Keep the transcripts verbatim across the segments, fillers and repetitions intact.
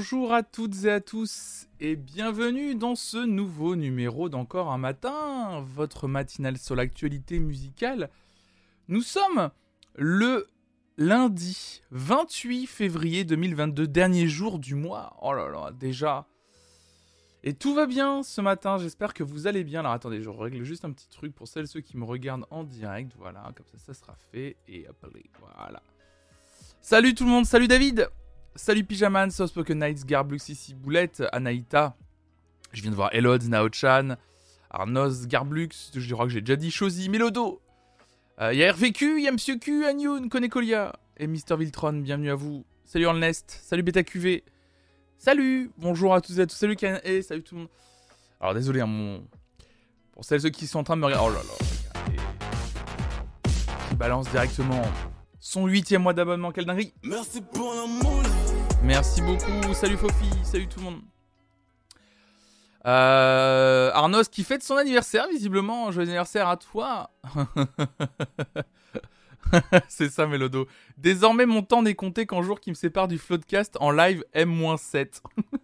Bonjour à toutes et à tous et bienvenue dans ce nouveau numéro d'Encore un matin, votre matinale sur l'actualité musicale. Nous sommes le lundi vingt-huit février deux mille vingt-deux, dernier jour du mois. Oh là là, déjà. Et tout va bien ce matin, j'espère que vous allez bien. Alors attendez, je règle juste un petit truc pour celles et ceux qui me regardent en direct. Voilà, comme ça, ça sera fait. Et hop, allez, voilà. Salut tout le monde, salut David. Salut Pyjaman, Soft Spoken Nights, Garblux, ici Boulette, Anaïta. Je viens de voir Elod, Naochan, Arnos, Garblux, je crois que j'ai déjà dit Chosi, Mélodo. Il euh, y a R V Q, il y a Monsieur Q, Agnoun, Konekolia et Mister Viltron, bienvenue à vous. Salut Ornest, salut Beta Q V. Salut, bonjour à tous et à tous, salut Can et salut tout le monde. Alors désolé, hein, mon... pour celles et ceux qui sont en train de me regarder. Oh là là, regardez. Qui balance directement son huitième mois d'abonnement, quelle dinguerie. Merci pour l'amour. Merci beaucoup, salut Fofi, salut tout le monde. Euh, Arnos qui fête son anniversaire, visiblement, joyeux anniversaire à toi. C'est ça Mélodo. Désormais mon temps n'est compté qu'en jours qui me séparent du Floodcast en live M sept.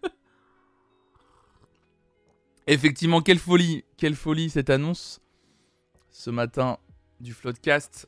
Effectivement, quelle folie, quelle folie cette annonce ce matin du Floodcast.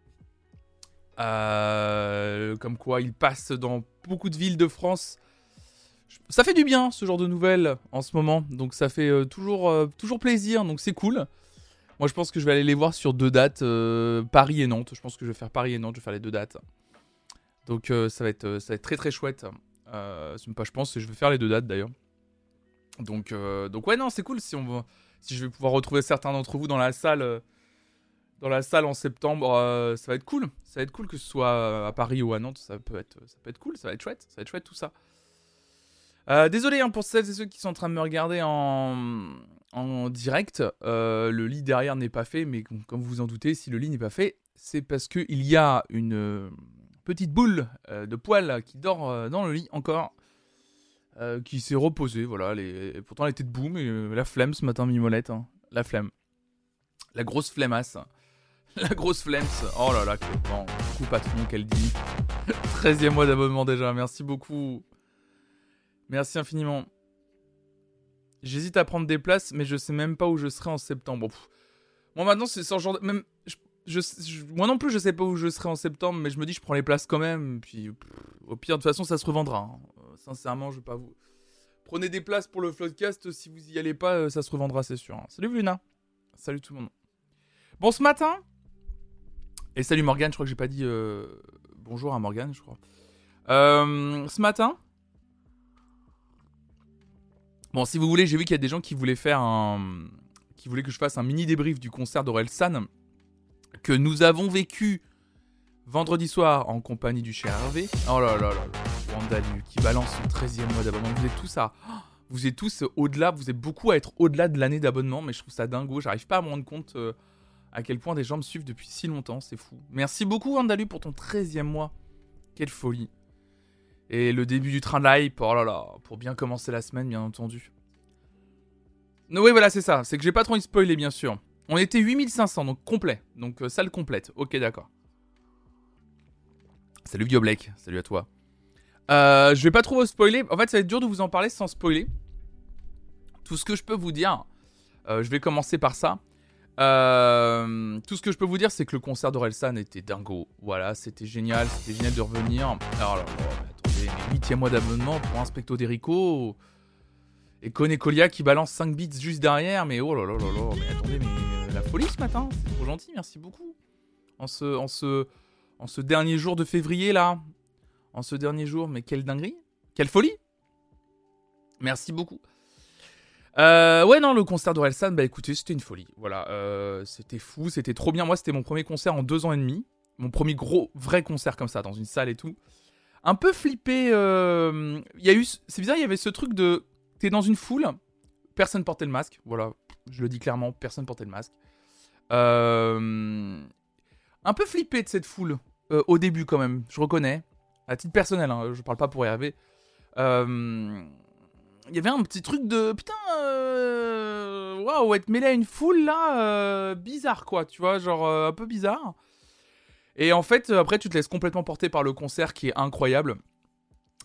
Euh, comme quoi il passe dans beaucoup de villes de France. Ça fait du bien ce genre de nouvelles en ce moment, donc ça fait euh, toujours, euh, toujours plaisir, donc c'est cool. Moi je pense que je vais aller les voir sur deux dates, euh, Paris et Nantes. Je pense que je vais faire Paris et Nantes, je vais faire les deux dates. Donc euh, ça, va être, ça va être très très chouette. Euh, c'est même pas je pense, je vais faire les deux dates d'ailleurs. Donc, euh, donc ouais non c'est cool si, on va, si je vais pouvoir retrouver certains d'entre vous dans la salle... Euh, Dans la salle en septembre, euh, ça va être cool. Ça va être cool que ce soit à Paris ou à Nantes. Ça peut être, ça peut être cool, ça va être chouette. Ça va être chouette tout ça. Euh, désolé hein, pour celles et ceux qui sont en train de me regarder en, en direct. Euh, le lit derrière n'est pas fait, mais comme vous vous en doutez, si le lit n'est pas fait, c'est parce qu'il y a une euh, petite boule euh, de poils qui dort euh, dans le lit encore, euh, qui s'est reposée. Voilà, les... pourtant elle était debout, mais euh, la flemme ce matin, Mimolette. Hein, la flemme. La grosse flemmasse. La grosse flems. Oh là là, quel temps. Coucou patron, qu'elle dit. treizième mois d'abonnement déjà, merci beaucoup. Merci infiniment. J'hésite à prendre des places, mais je sais même pas où je serai en septembre. Bon, moi maintenant, c'est ce genre de... Même, je, je, je, moi non plus, je sais pas où je serai en septembre, mais je me dis, je prends les places quand même. Puis, pff, au pire, de toute façon, ça se revendra. Hein. Euh, sincèrement, je vais pas vous... Prenez des places pour le Floodcast, si vous y allez pas, euh, ça se revendra, c'est sûr. Hein. Salut Luna. Salut tout le monde. Bon, ce matin... Et salut Morgane, je crois que j'ai pas dit euh... bonjour à Morgane, je crois. Euh, ce matin, bon, si vous voulez, j'ai vu qu'il y a des gens qui voulaient faire un, qui voulaient que je fasse un mini débrief du concert d'Orelsan que nous avons vécu vendredi soir en compagnie du cher Hervé. Oh là là là là, Wandalu qui balance son treizième mois d'abonnement. Vous êtes tous à, vous êtes tous au-delà, vous êtes beaucoup à être au-delà de l'année d'abonnement, mais je trouve ça dingo. J'arrive pas à me rendre compte. Euh... à quel point des gens me suivent depuis si longtemps, c'est fou. Merci beaucoup Wandalu pour ton treizième mois. Quelle folie. Et le début du train de l'hype, oh là là, pour bien commencer la semaine, bien entendu. No, oui, voilà, c'est ça. C'est que j'ai pas trop envie de spoiler, bien sûr. On était huit mille cinq cents, donc complet. Donc euh, salle complète. Ok, d'accord. Salut Vio Blake, salut à toi. Euh, je vais pas trop vous spoiler. En fait, ça va être dur de vous en parler sans spoiler. Tout ce que je peux vous dire, euh, je vais commencer par ça. Euh, tout ce que je peux vous dire, c'est que le concert d'Orelsan était dingo. Voilà, c'était génial, c'était génial de revenir. Alors là, là, attendez, mais huitième mois d'abonnement pour un Specto d'Erico. Et Konekolia qui balance cinq bits juste derrière. Mais oh là là là là, mais attendez, mais la folie ce matin, c'est trop gentil, merci beaucoup. En ce, en ce, en ce dernier jour de février là, en ce dernier jour, mais quelle dinguerie, quelle folie. Merci beaucoup. Euh, ouais non le concert d'Orelsan, bah écoutez c'était une folie, voilà, euh, c'était fou, c'était trop bien. Moi c'était mon premier concert en deux ans et demi, mon premier gros vrai concert comme ça dans une salle et tout, un peu flippé. Euh, il y a eu, c'est bizarre, il y avait ce truc de t'es dans une foule, personne portait le masque, voilà, je le dis clairement, personne portait le masque. Euh, un peu flippé de cette foule euh, au début quand même, je reconnais, à titre personnel, hein, je parle pas pour Hervé. Euh, Il y avait un petit truc de putain, euh... waouh, être mêlé à une foule là, euh... bizarre quoi, tu vois, genre euh, un peu bizarre. Et en fait, après, tu te laisses complètement porter par le concert qui est incroyable.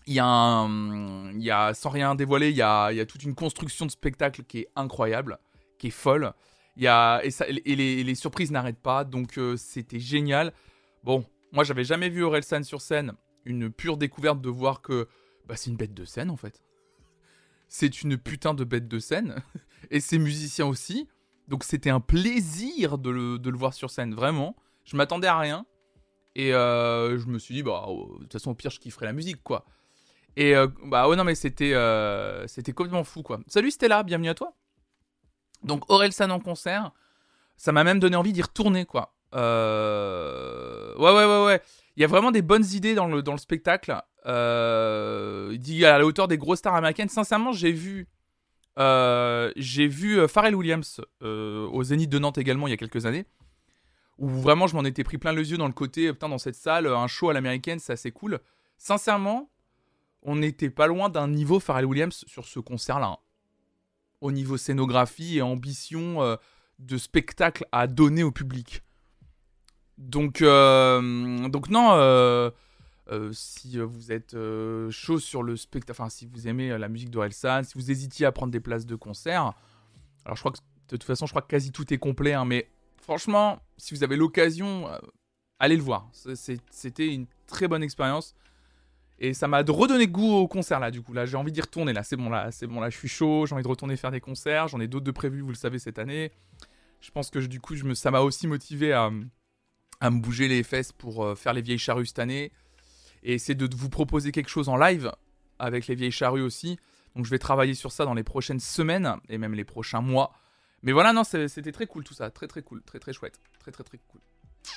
Il y a, un, il y a sans rien dévoiler, il y a, il y a toute une construction de spectacle qui est incroyable, qui est folle. Il y a, et, ça, et les, les surprises n'arrêtent pas, donc euh, c'était génial. Bon, moi j'avais jamais vu Orelsan sur scène, une pure découverte de voir que bah, c'est une bête de scène en fait. C'est une putain de bête de scène, et ses musiciens aussi. Donc c'était un plaisir de le, de le voir sur scène, vraiment. Je m'attendais à rien, et euh, je me suis dit, bah, de toute façon au pire je kifferais la musique quoi. Et euh, bah ouais non mais c'était, euh, c'était complètement fou quoi. Salut Stella, bienvenue à toi. Donc Orelsan en concert, ça m'a même donné envie d'y retourner quoi. Euh... Ouais ouais ouais ouais. Il y a vraiment des bonnes idées dans le, dans le spectacle. Euh... Il dit à la hauteur des grosses stars américaines. Sincèrement j'ai vu, euh... j'ai vu Pharrell Williams euh, au Zénith de Nantes également il y a quelques années. Où vraiment je m'en étais pris plein les yeux dans le côté, putain dans cette salle, un show à l'américaine c'est assez cool. Sincèrement, on n'était pas loin d'un niveau Pharrell Williams sur ce concert-là. Hein. Au niveau scénographie et ambition euh, de spectacle à donner au public. Donc, euh, donc non, euh, euh, si vous êtes euh, chaud sur le spectacle, enfin si vous aimez la musique d'Orelsan, si vous hésitiez à prendre des places de concert, alors je crois que de toute façon, je crois que quasi tout est complet, hein, mais franchement, si vous avez l'occasion, euh, allez le voir. C'est, c'était une très bonne expérience. Et ça m'a redonné goût au concert là, du coup. Là, j'ai envie d'y retourner. Là, c'est bon, là, c'est bon, là, je suis chaud. J'ai envie de retourner faire des concerts. J'en ai d'autres de prévus, vous le savez, cette année. Je pense que du coup, je me, ça m'a aussi motivé à, à me bouger les fesses pour euh, faire les vieilles charrues cette année. Et essayer de vous proposer quelque chose en live avec les vieilles charrues aussi. Donc, je vais travailler sur ça dans les prochaines semaines et même les prochains mois. Mais voilà, non, c'est, c'était très cool tout ça. Très, très cool. Très, très chouette. Très, très, très cool.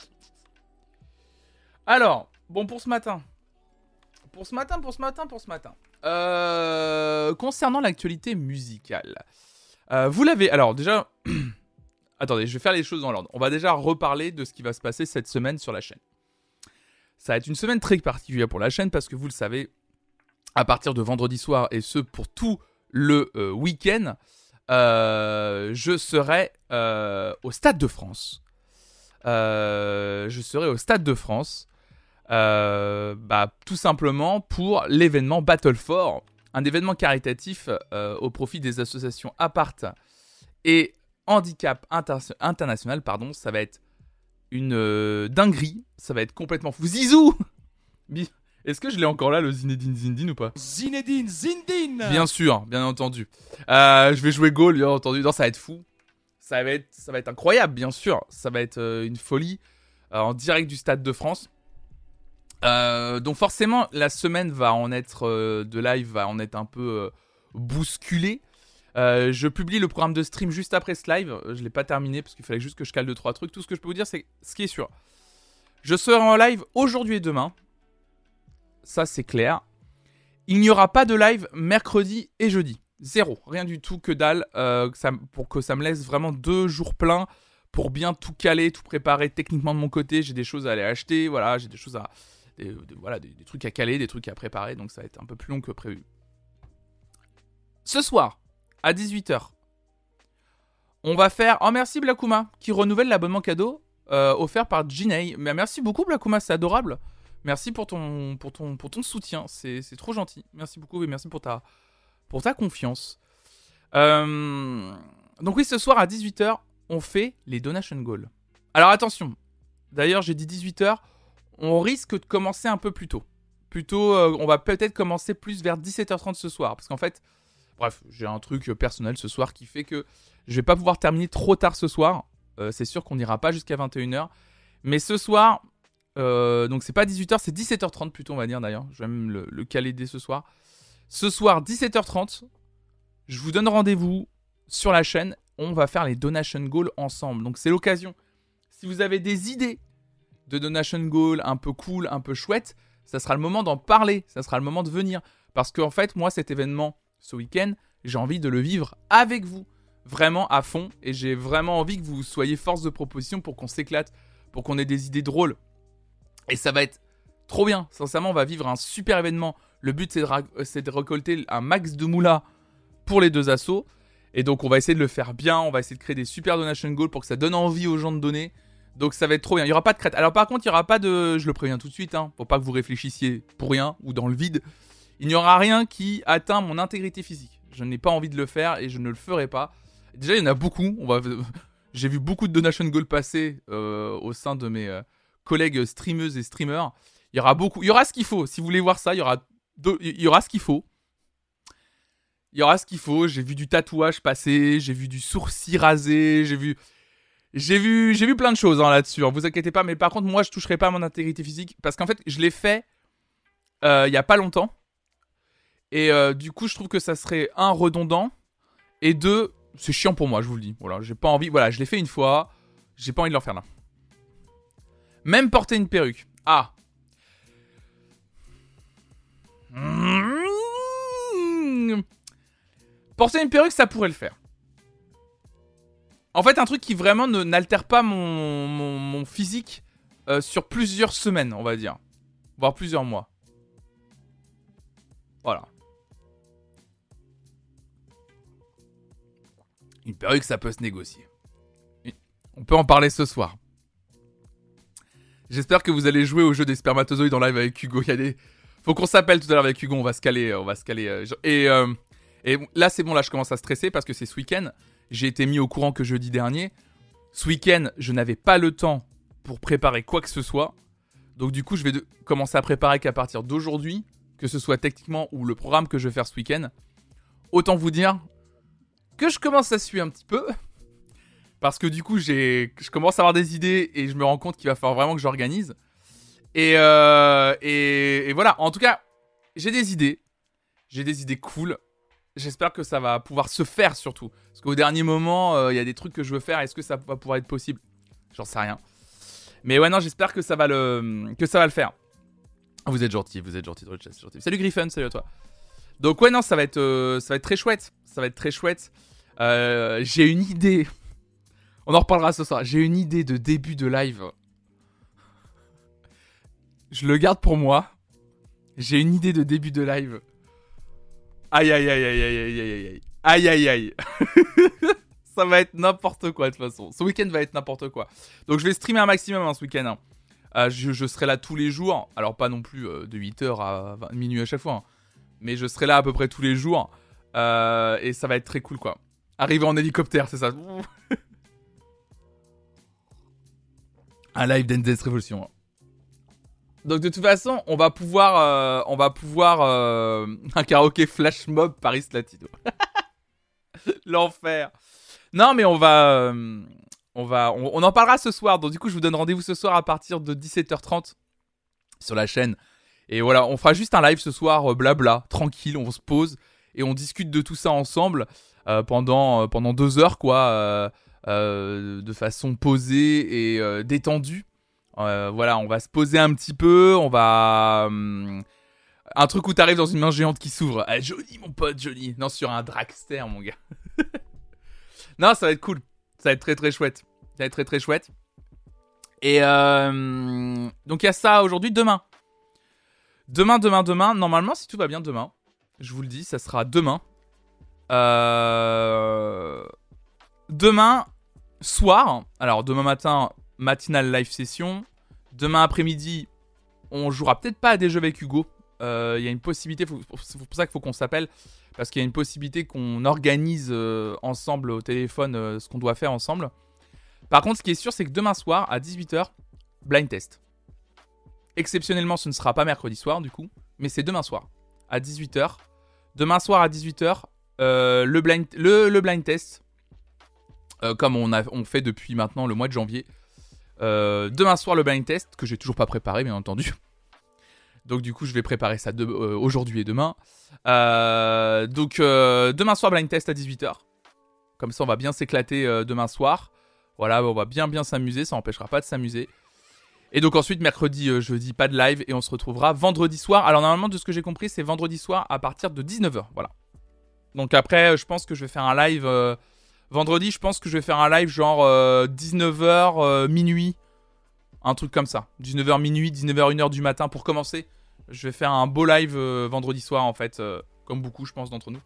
Alors, bon, pour ce matin. Pour ce matin, pour ce matin, pour ce matin. Euh, concernant l'actualité musicale. Euh, vous l'avez... Alors déjà... Attendez, je vais faire les choses dans l'ordre. On va déjà reparler de ce qui va se passer cette semaine sur la chaîne. Ça va être une semaine très particulière pour la chaîne parce que vous le savez, à partir de vendredi soir et ce pour tout le euh, week-end, euh, je serai euh, au Stade de France. Euh, je serai au Stade de France. Euh, bah, tout simplement pour l'événement Battle for, un événement caritatif euh, au profit des associations Apart et Handicap Inter- International. Pardon, ça va être une euh, dinguerie, ça va être complètement fou. Zizou. Est-ce que je l'ai encore là, le Zinedine Zindine ou pas? Zinedine Zindine. Bien sûr, bien entendu. Euh, je vais jouer goal, bien entendu. Non, ça va être fou. Ça va être, ça va être incroyable, bien sûr. Ça va être euh, une folie euh, en direct du Stade de France. Euh, donc forcément la semaine va en être euh, de live va en être un peu euh, bousculée. Euh, je publie le programme de stream juste après ce live. Je l'ai pas terminé parce qu'il fallait juste que je cale deux trois trucs. Tout ce que je peux vous dire c'est ce qui est sûr. Je serai en live aujourd'hui et demain. Ça c'est clair. Il n'y aura pas de live mercredi et jeudi. Zéro, rien du tout, que dalle. Euh, ça, pour que ça me laisse vraiment deux jours pleins pour bien tout caler, tout préparer techniquement de mon côté. J'ai des choses à aller acheter. Voilà, j'ai des choses à Des, des, voilà, des, des trucs à caler, des trucs à préparer, donc ça va être un peu plus long que prévu. Ce soir, à dix-huit heures, on va faire... Oh, merci Blakouma, qui renouvelle l'abonnement cadeau euh, offert par Ginei. Mais merci beaucoup Blakouma, c'est adorable. Merci pour ton, pour ton, pour ton soutien, c'est, c'est trop gentil. Merci beaucoup et merci pour ta, pour ta confiance. Euh, donc oui, ce soir à dix-huit heures, on fait les donation goals. Alors attention, d'ailleurs j'ai dit dix-huit heures, on risque de commencer un peu plus tôt. Plutôt, euh, on va peut-être commencer plus vers dix-sept heures trente ce soir. Parce qu'en fait, bref, j'ai un truc personnel ce soir qui fait que je vais pas pouvoir terminer trop tard ce soir. Euh, c'est sûr qu'on n'ira pas jusqu'à vingt et une heures. Mais ce soir, euh, donc c'est pas dix-huit heures, c'est dix-sept heures trente plutôt, on va dire d'ailleurs. Je vais même le, le caler dès ce soir. Ce soir, dix-sept heures trente, je vous donne rendez-vous sur la chaîne. On va faire les donation goals ensemble. Donc c'est l'occasion. Si vous avez des idées de donation goal un peu cool, un peu chouette, ça sera le moment d'en parler, ça sera le moment de venir. Parce qu'en fait, moi, cet événement, ce week-end, j'ai envie de le vivre avec vous, vraiment à fond, et j'ai vraiment envie que vous soyez force de proposition pour qu'on s'éclate, pour qu'on ait des idées drôles. Et ça va être trop bien, sincèrement, on va vivre un super événement. Le but, c'est de, ra- c'est de récolter un max de moula pour les deux assos, et donc on va essayer de le faire bien, on va essayer de créer des super donation goals pour que ça donne envie aux gens de donner. Donc ça va être trop bien. Il n'y aura pas de crête. Alors par contre, il n'y aura pas de... Je le préviens tout de suite, hein. Faut pas que vous réfléchissiez pour rien ou dans le vide. Il n'y aura rien qui atteint mon intégrité physique. Je n'ai pas envie de le faire et je ne le ferai pas. Déjà, il y en a beaucoup. On va... J'ai vu beaucoup de donation goal passer euh, au sein de mes euh, collègues streameuses et streamers. Il y aura beaucoup. Il y aura ce qu'il faut. Si vous voulez voir ça, il y aura, de... il y aura ce qu'il faut. Il y aura ce qu'il faut. J'ai vu du tatouage passer. J'ai vu du sourcil rasé. J'ai vu... J'ai vu, j'ai vu plein de choses hein, là-dessus. Hein, vous inquiétez pas. Mais par contre, moi, je toucherai pas à mon intégrité physique. Parce qu'en fait, je l'ai fait euh, il y a pas longtemps. Et euh, du coup, je trouve que ça serait, un, redondant. Et deux, c'est chiant pour moi, je vous le dis. Voilà, j'ai pas envie. Voilà, je l'ai fait une fois. J'ai pas envie de l'en faire là. Même porter une perruque. Ah. Mmh. Porter une perruque, ça pourrait le faire. En fait, un truc qui vraiment ne, n'altère pas mon, mon, mon physique euh, sur plusieurs semaines, on va dire. Voire plusieurs mois. Voilà. Une perruque, ça peut se négocier. On peut en parler ce soir. J'espère que vous allez jouer au jeu des spermatozoïdes en live avec Hugo. Il y a des... Faut qu'on s'appelle tout à l'heure avec Hugo. On va se caler. On va se caler. Et, euh, et là, c'est bon. Là, je commence à stresser parce que c'est ce week-end. J'ai été mis au courant que jeudi dernier. Ce week-end, je n'avais pas le temps pour préparer quoi que ce soit. Donc, du coup, je vais de... commencer à préparer qu'à partir d'aujourd'hui, que ce soit techniquement ou le programme que je vais faire ce week-end. Autant vous dire que je commence à suer un petit peu. Parce que du coup, j'ai... je commence à avoir des idées et je me rends compte qu'il va falloir vraiment que j'organise. Et, euh... et... et voilà. En tout cas, j'ai des idées. J'ai des idées cool. J'espère que ça va pouvoir se faire surtout. Parce qu'au dernier moment, il euh, y a des trucs que je veux faire. Est-ce que ça va pouvoir être possible ? J'en sais rien. Mais ouais, non, j'espère que ça va le, que ça va le faire. Vous êtes gentil, vous êtes gentil dans le chat, c'est gentil. Salut Griffin, salut à toi. Donc ouais, non, ça va être, euh, ça va être très chouette. Ça va être très chouette. Euh, j'ai une idée. On en reparlera ce soir. J'ai une idée de début de live. Je le garde pour moi. J'ai une idée de début de live. Aïe aïe aïe aïe aïe aïe aïe aïe. Aïe aïe aïe. Ça va être n'importe quoi de toute façon. Ce week-end va être n'importe quoi. Donc je vais streamer un maximum hein, ce week-end. Hein. Euh, je, je serai là tous les jours. Alors pas non plus euh, de huit heures à vingt, minuit à chaque fois. Hein. Mais je serai là à peu près tous les jours. Euh, et ça va être très cool quoi. Arriver en hélicoptère, c'est ça. Un live d'Endless Revolution. Hein. Donc de toute façon, on va pouvoir, euh, on va pouvoir euh, un karaoké flash mob Paris Latino. L'enfer. Non mais on va, euh, on va, on, on en parlera ce soir. Donc du coup, je vous donne rendez-vous ce soir à partir de dix-sept heures trente sur la chaîne. Et voilà, on fera juste un live ce soir, euh, blabla, tranquille. On se pose et on discute de tout ça ensemble euh, pendant, euh, pendant deux heures quoi, euh, euh, de façon posée et euh, détendue. Euh, voilà, on va se poser un petit peu, on va... Hum, un truc où t'arrives dans une main géante qui s'ouvre. Ah, joli, mon pote, joli. Non, sur un dragster, mon gars. Non, ça va être cool. Ça va être très, très chouette. Ça va être très, très chouette. Et euh... donc, il y a ça aujourd'hui, demain. Demain, demain, demain. Normalement, si tout va bien, demain. Je vous le dis, ça sera demain. Euh... Demain, soir. Alors, demain matin... matinale live session. Demain après-midi, on jouera peut-être pas à des jeux avec Hugo. Il euh, y a une possibilité, faut, c'est pour ça qu'il faut qu'on s'appelle, parce qu'il y a une possibilité qu'on organise euh, ensemble au téléphone euh, ce qu'on doit faire ensemble. Par contre, ce qui est sûr, c'est que demain soir, à dix-huit heures, blind test. Exceptionnellement, ce ne sera pas mercredi soir, du coup, mais c'est demain soir, à dix-huit heures. Demain soir, à dix-huit heures, euh, le, blind, le, le blind test, euh, comme on, a, on fait depuis maintenant le mois de janvier. Euh, demain soir le blind test que j'ai toujours pas préparé bien entendu. Donc du coup je vais préparer ça de, euh, aujourd'hui et demain. Euh, donc euh, demain soir blind test à dix-huit heures. Comme ça on va bien s'éclater euh, demain soir. Voilà, on va bien bien s'amuser, ça n'empêchera pas de s'amuser. Et donc ensuite mercredi, euh, jeudi pas de live et on se retrouvera vendredi soir. Alors normalement de ce que j'ai compris c'est vendredi soir à partir de dix-neuf heures. Voilà. Donc après je pense que je vais faire un live... Euh, Vendredi, je pense que je vais faire un live genre euh, dix-neuf heures, euh, minuit. Un truc comme ça. dix-neuf heures, minuit, dix-neuf heures, une heure du matin pour commencer. Je vais faire un beau live euh, vendredi soir en fait. Euh, comme beaucoup, je pense, d'entre nous.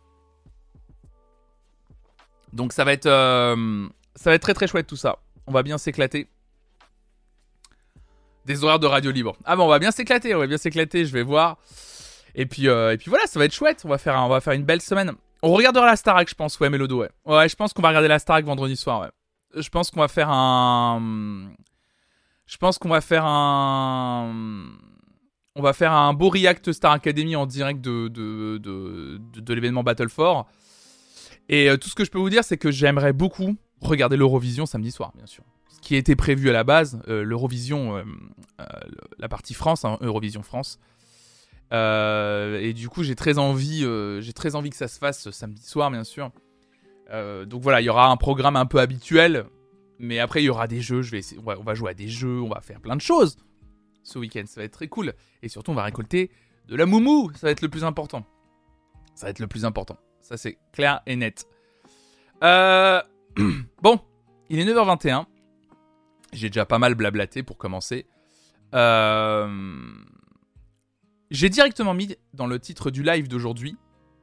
Donc ça va être, euh, ça va être très très chouette tout ça. On va bien s'éclater. Des horaires de radio libre. Ah bon, on va bien s'éclater, on va bien s'éclater, je vais voir. Et puis, euh, et puis voilà, ça va être chouette. On va faire, un, on va faire une belle semaine. On regardera la Starac, je pense, ouais, Mélodo, ouais. Ouais, je pense qu'on va regarder la Starac vendredi soir, ouais. Je pense qu'on va faire un... Je pense qu'on va faire un... On va faire un beau react Star Academy en direct de, de, de, de, de l'événement Battle four. Et euh, tout ce que je peux vous dire, c'est que j'aimerais beaucoup regarder l'Eurovision samedi soir, bien sûr. Ce qui était prévu à la base, euh, l'Eurovision, euh, euh, la partie France, hein, Eurovision France. Euh, et du coup, j'ai très envie, euh, j'ai très envie que ça se fasse samedi soir, bien sûr. Euh, donc voilà, il y aura un programme un peu habituel, mais après il y aura des jeux. Je vais essayer, on va, on va jouer à des jeux, on va faire plein de choses ce week-end. Ça va être très cool. Et surtout, on va récolter de la moumou. Ça va être le plus important. Ça va être le plus important. Ça, c'est clair et net. Euh... Bon, il est neuf heures vingt et un. J'ai déjà pas mal blablaté pour commencer. Euh... J'ai directement mis dans le titre du live d'aujourd'hui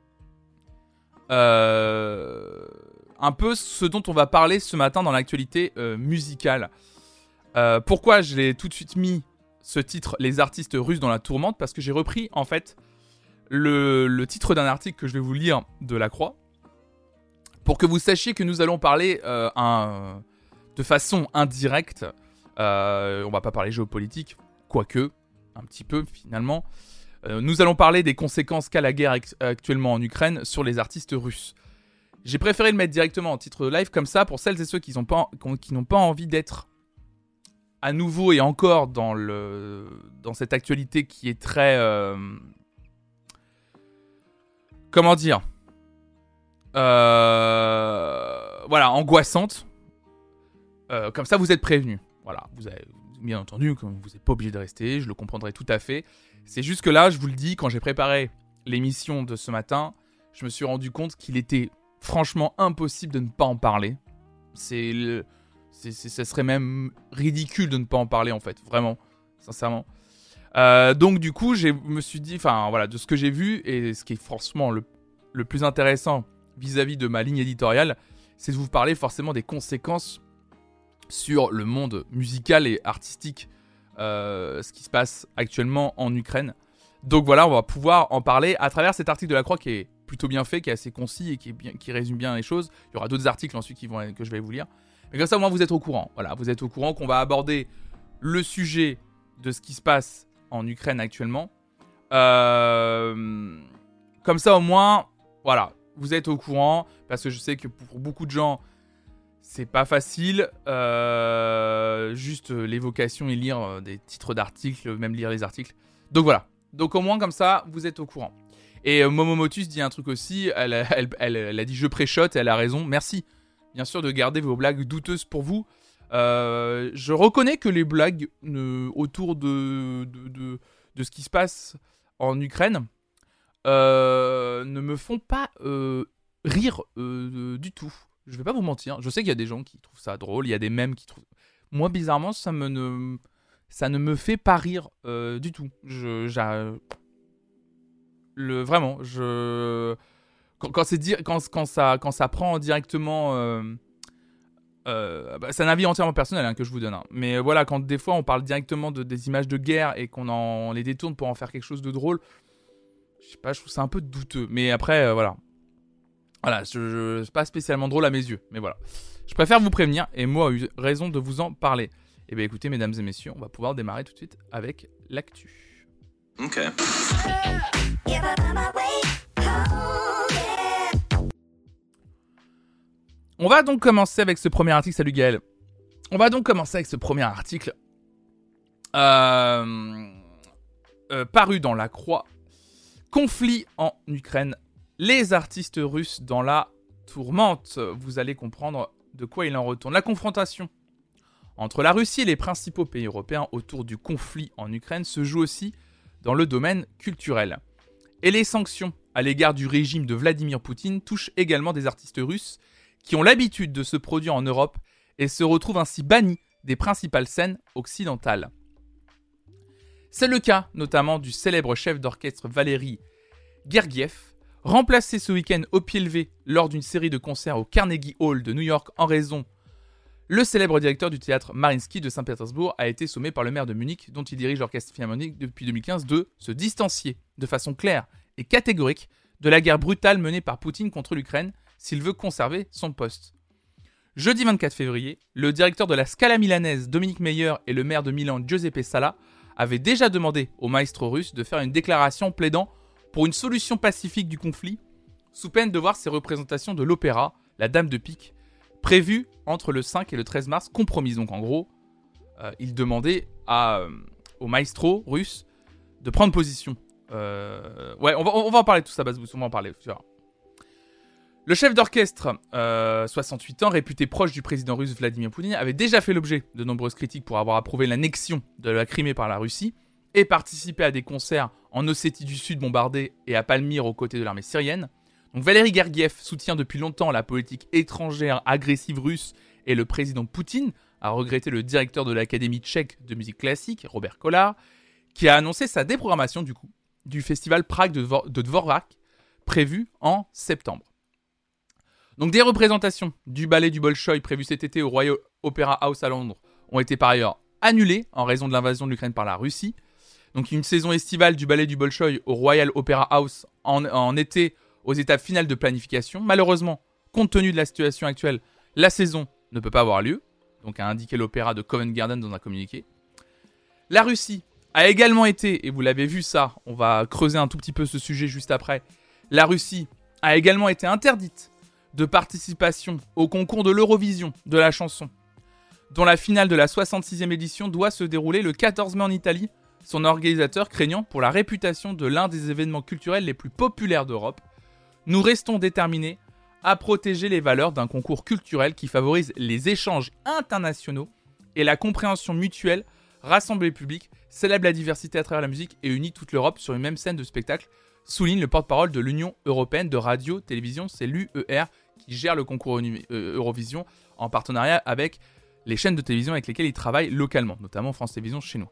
euh, un peu ce dont on va parler ce matin dans l'actualité euh, musicale. Euh, pourquoi je l'ai tout de suite mis ce titre, les artistes russes dans la tourmente? Parce que j'ai repris en fait le, le titre d'un article que je vais vous lire de La Croix pour que vous sachiez que nous allons parler euh, un, de façon indirecte. Euh, on va pas parler géopolitique, quoique un petit peu finalement. Euh, nous allons parler des conséquences qu'a la guerre ex- actuellement en Ukraine sur les artistes russes. J'ai préféré le mettre directement en titre de live comme ça pour celles et ceux qui n'ont pas, qui n'ont pas envie d'être à nouveau et encore dans, le, dans cette actualité qui est très... Euh, comment dire euh, Voilà, angoissante. Euh, comme ça, vous êtes prévenus. Voilà, vous avez... Bien entendu, vous n'êtes pas obligé de rester, je le comprendrai tout à fait. C'est juste que là, je vous le dis, quand j'ai préparé l'émission de ce matin, je me suis rendu compte qu'il était franchement impossible de ne pas en parler. C'est le... c'est, c'est, ça serait même ridicule de ne pas en parler, en fait, vraiment, sincèrement. Euh, donc du coup, je me suis dit, enfin voilà, de ce que j'ai vu, et ce qui est franchement le, le plus intéressant vis-à-vis de ma ligne éditoriale, c'est de vous parler forcément des conséquences sur le monde musical et artistique, euh, ce qui se passe actuellement en Ukraine. Donc voilà, on va pouvoir en parler à travers cet article de La Croix qui est plutôt bien fait, qui est assez concis et qui, est bien, qui résume bien les choses. Il y aura d'autres articles ensuite qui vont, que je vais vous lire. Mais comme ça, au moins, vous êtes au courant. Voilà, vous êtes au courant qu'on va aborder le sujet de ce qui se passe en Ukraine actuellement. Euh, comme ça, au moins, voilà, vous êtes au courant, parce que je sais que pour beaucoup de gens, c'est pas facile, euh, juste l'évocation et lire des titres d'articles, même lire les articles. Donc voilà, donc au moins comme ça, vous êtes au courant. Et euh, Momo Motus dit un truc aussi, elle, elle, elle, elle a dit je pré-shot et elle a raison, merci bien sûr de garder vos blagues douteuses pour vous. Euh, je reconnais que les blagues euh, autour de, de, de, de ce qui se passe en Ukraine euh, ne me font pas euh, rire euh, du tout. Je vais pas vous mentir, je sais qu'il y a des gens qui trouvent ça drôle, il y a des mèmes qui trouvent... Moi, bizarrement, ça, me ne... ça ne me fait pas rire euh, du tout. Je... J'a... Le... Vraiment, je... Quand, quand, c'est di... quand, quand, ça... quand ça prend directement... Euh... Euh... Bah, c'est un avis entièrement personnel hein, que je vous donne. Hein. Mais voilà, quand des fois on parle directement de... des images de guerre et qu'on en... on les détourne pour en faire quelque chose de drôle, je sais pas, je trouve ça un peu douteux. Mais après, euh, voilà. Voilà, je, je, c'est pas spécialement drôle à mes yeux, mais voilà. Je préfère vous prévenir, et moi a eu raison de vous en parler. Et bien écoutez, mesdames et messieurs, on va pouvoir démarrer tout de suite avec l'actu. Ok. On va donc commencer avec ce premier article, salut Gaël. On va donc commencer avec ce premier article euh, euh, paru dans La Croix. Conflit en Ukraine. Les artistes russes dans la tourmente. Vous allez comprendre de quoi il en retourne. La confrontation entre la Russie et les principaux pays européens autour du conflit en Ukraine se joue aussi dans le domaine culturel. Et les sanctions à l'égard du régime de Vladimir Poutine touchent également des artistes russes qui ont l'habitude de se produire en Europe et se retrouvent ainsi bannis des principales scènes occidentales. C'est le cas notamment du célèbre chef d'orchestre Valéry Gergiev, remplacé ce week-end au pied levé lors d'une série de concerts au Carnegie Hall de New York en raison Le célèbre directeur du théâtre Mariinsky de Saint-Pétersbourg a été sommé par le maire de Munich, dont il dirige l'orchestre philharmonique depuis deux mille quinze, de se distancier de façon claire et catégorique de la guerre brutale menée par Poutine contre l'Ukraine s'il veut conserver son poste. Jeudi vingt-quatre février, le directeur de la Scala milanaise Dominique Meyer et le maire de Milan Giuseppe Sala avaient déjà demandé au maestro russe de faire une déclaration plaidant pour une solution pacifique du conflit, sous peine de voir ses représentations de l'opéra, la Dame de Pique, prévues entre le cinq et le treize mars, compromises. Donc en gros, euh, il demandait à, euh, au maestro russe de prendre position. Euh, ouais, on va, on va en parler de tout ça, Bazbous, on va en parler. Tu verras. Le chef d'orchestre, euh, soixante-huit ans, réputé proche du président russe Vladimir Poutine, avait déjà fait l'objet de nombreuses critiques pour avoir approuvé l'annexion de la Crimée par la Russie et participé à des concerts en Ossétie du Sud bombardée et à Palmyre aux côtés de l'armée syrienne. Donc Valéry Gergiev soutient depuis longtemps la politique étrangère agressive russe et le président Poutine a regretté le directeur de l'Académie tchèque de musique classique, Robert Kolar, qui a annoncé sa déprogrammation du coup du festival Prague de, Dvor- de Dvorak prévu en septembre. Donc des représentations du ballet du Bolchoï prévues cet été au Royal Opera House à Londres ont été par ailleurs annulées en raison de l'invasion de l'Ukraine par la Russie. Donc une saison estivale du ballet du Bolchoï au Royal Opera House en, en été aux étapes finales de planification. Malheureusement, compte tenu de la situation actuelle, la saison ne peut pas avoir lieu, donc a indiqué l'opéra de Covent Garden dans un communiqué. La Russie a également été, et vous l'avez vu ça, on va creuser un tout petit peu ce sujet juste après, la Russie a également été interdite de participation au concours de l'Eurovision de la chanson, dont la finale de la soixante-sixième édition doit se dérouler le quatorze mai en Italie, son organisateur craignant pour la réputation de l'un des événements culturels les plus populaires d'Europe. Nous restons déterminés à protéger les valeurs d'un concours culturel qui favorise les échanges internationaux et la compréhension mutuelle, rassemble les publics, célèbre la diversité à travers la musique et unit toute l'Europe sur une même scène de spectacle, souligne le porte-parole de l'Union européenne de radio-télévision, c'est l'U E R, qui gère le concours Eurovision en partenariat avec les chaînes de télévision avec lesquelles il travaille localement, notamment France Télévisions chez nous.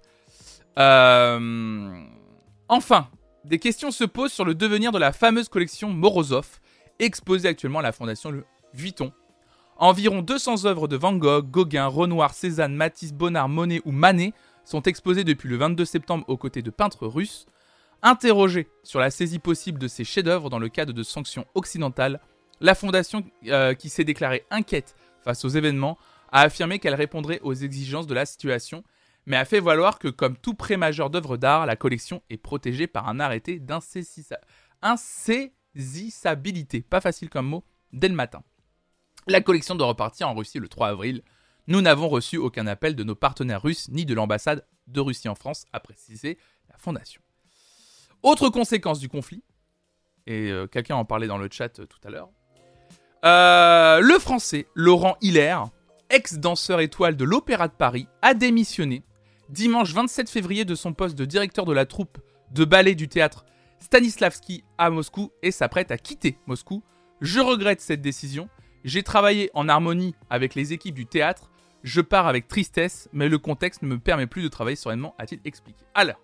Euh... Enfin, des questions se posent sur le devenir de la fameuse collection Morozov, exposée actuellement à la Fondation Le Vuitton. Environ deux cents œuvres de Van Gogh, Gauguin, Renoir, Cézanne, Matisse, Bonnard, Monet ou Manet sont exposées depuis le vingt-deux septembre aux côtés de peintres russes. Interrogée sur la saisie possible de ces chefs-d'œuvre dans le cadre de sanctions occidentales, la Fondation, euh, qui s'est déclarée inquiète face aux événements, a affirmé qu'elle répondrait aux exigences de la situation, mais a fait valoir que, comme tout prêt majeur d'œuvres d'art, la collection est protégée par un arrêté d'insaisissabilité. Insaisissabilité, pas facile comme mot, dès le matin. La collection doit repartir en Russie le trois avril. Nous n'avons reçu aucun appel de nos partenaires russes ni de l'ambassade de Russie en France, a précisé la Fondation. Autre conséquence du conflit, et euh, quelqu'un en parlait dans le chat euh, tout à l'heure, euh, le français Laurent Hilaire, ex-danseur étoile de l'Opéra de Paris, a démissionné dimanche vingt-sept février de son poste de directeur de la troupe de ballet du théâtre Stanislavski à Moscou et s'apprête à quitter Moscou. Je regrette cette décision. J'ai travaillé en harmonie avec les équipes du théâtre. Je pars avec tristesse, mais le contexte ne me permet plus de travailler sereinement, a-t-il expliqué. Alors,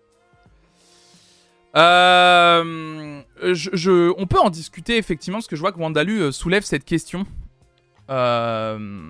euh, je, je, on peut en discuter effectivement, parce que je vois que Wandalu euh, soulève cette question. Euh,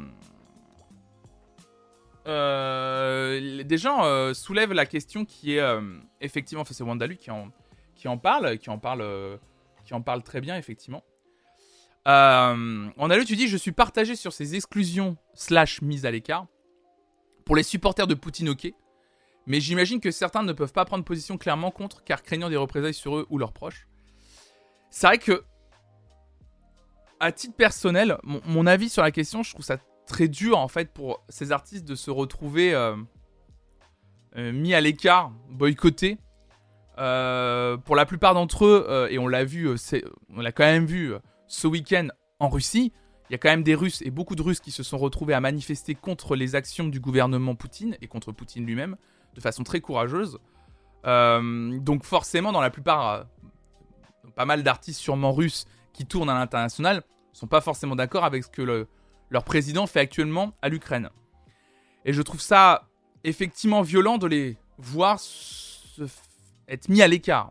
euh, des gens euh, soulèvent la question qui est euh, effectivement, enfin c'est Wandalu qui en, qui en parle, qui en parle, euh, qui en parle très bien effectivement. Euh, Wandalu, tu dis, je suis partagé sur ces exclusions slash mises à l'écart. Pour les supporters de Poutine, ok. Mais j'imagine que certains ne peuvent pas prendre position clairement contre, car craignant des représailles sur eux ou leurs proches. C'est vrai que, à titre personnel, mon, mon avis sur la question, je trouve ça très dur en fait pour ces artistes de se retrouver euh, euh, mis à l'écart, boycottés. Euh, pour la plupart d'entre eux, euh, et on l'a vu, euh, c'est, on l'a quand même vu euh, ce week-end en Russie, il y a quand même des Russes et beaucoup de Russes qui se sont retrouvés à manifester contre les actions du gouvernement Poutine et contre Poutine lui-même de façon très courageuse. Euh, donc forcément, dans la plupart, euh, pas mal d'artistes sûrement russes qui tournent à l'international ne sont pas forcément d'accord avec ce que le, leur président fait actuellement à l'Ukraine. Et je trouve ça effectivement violent de les voir se, être mis à l'écart.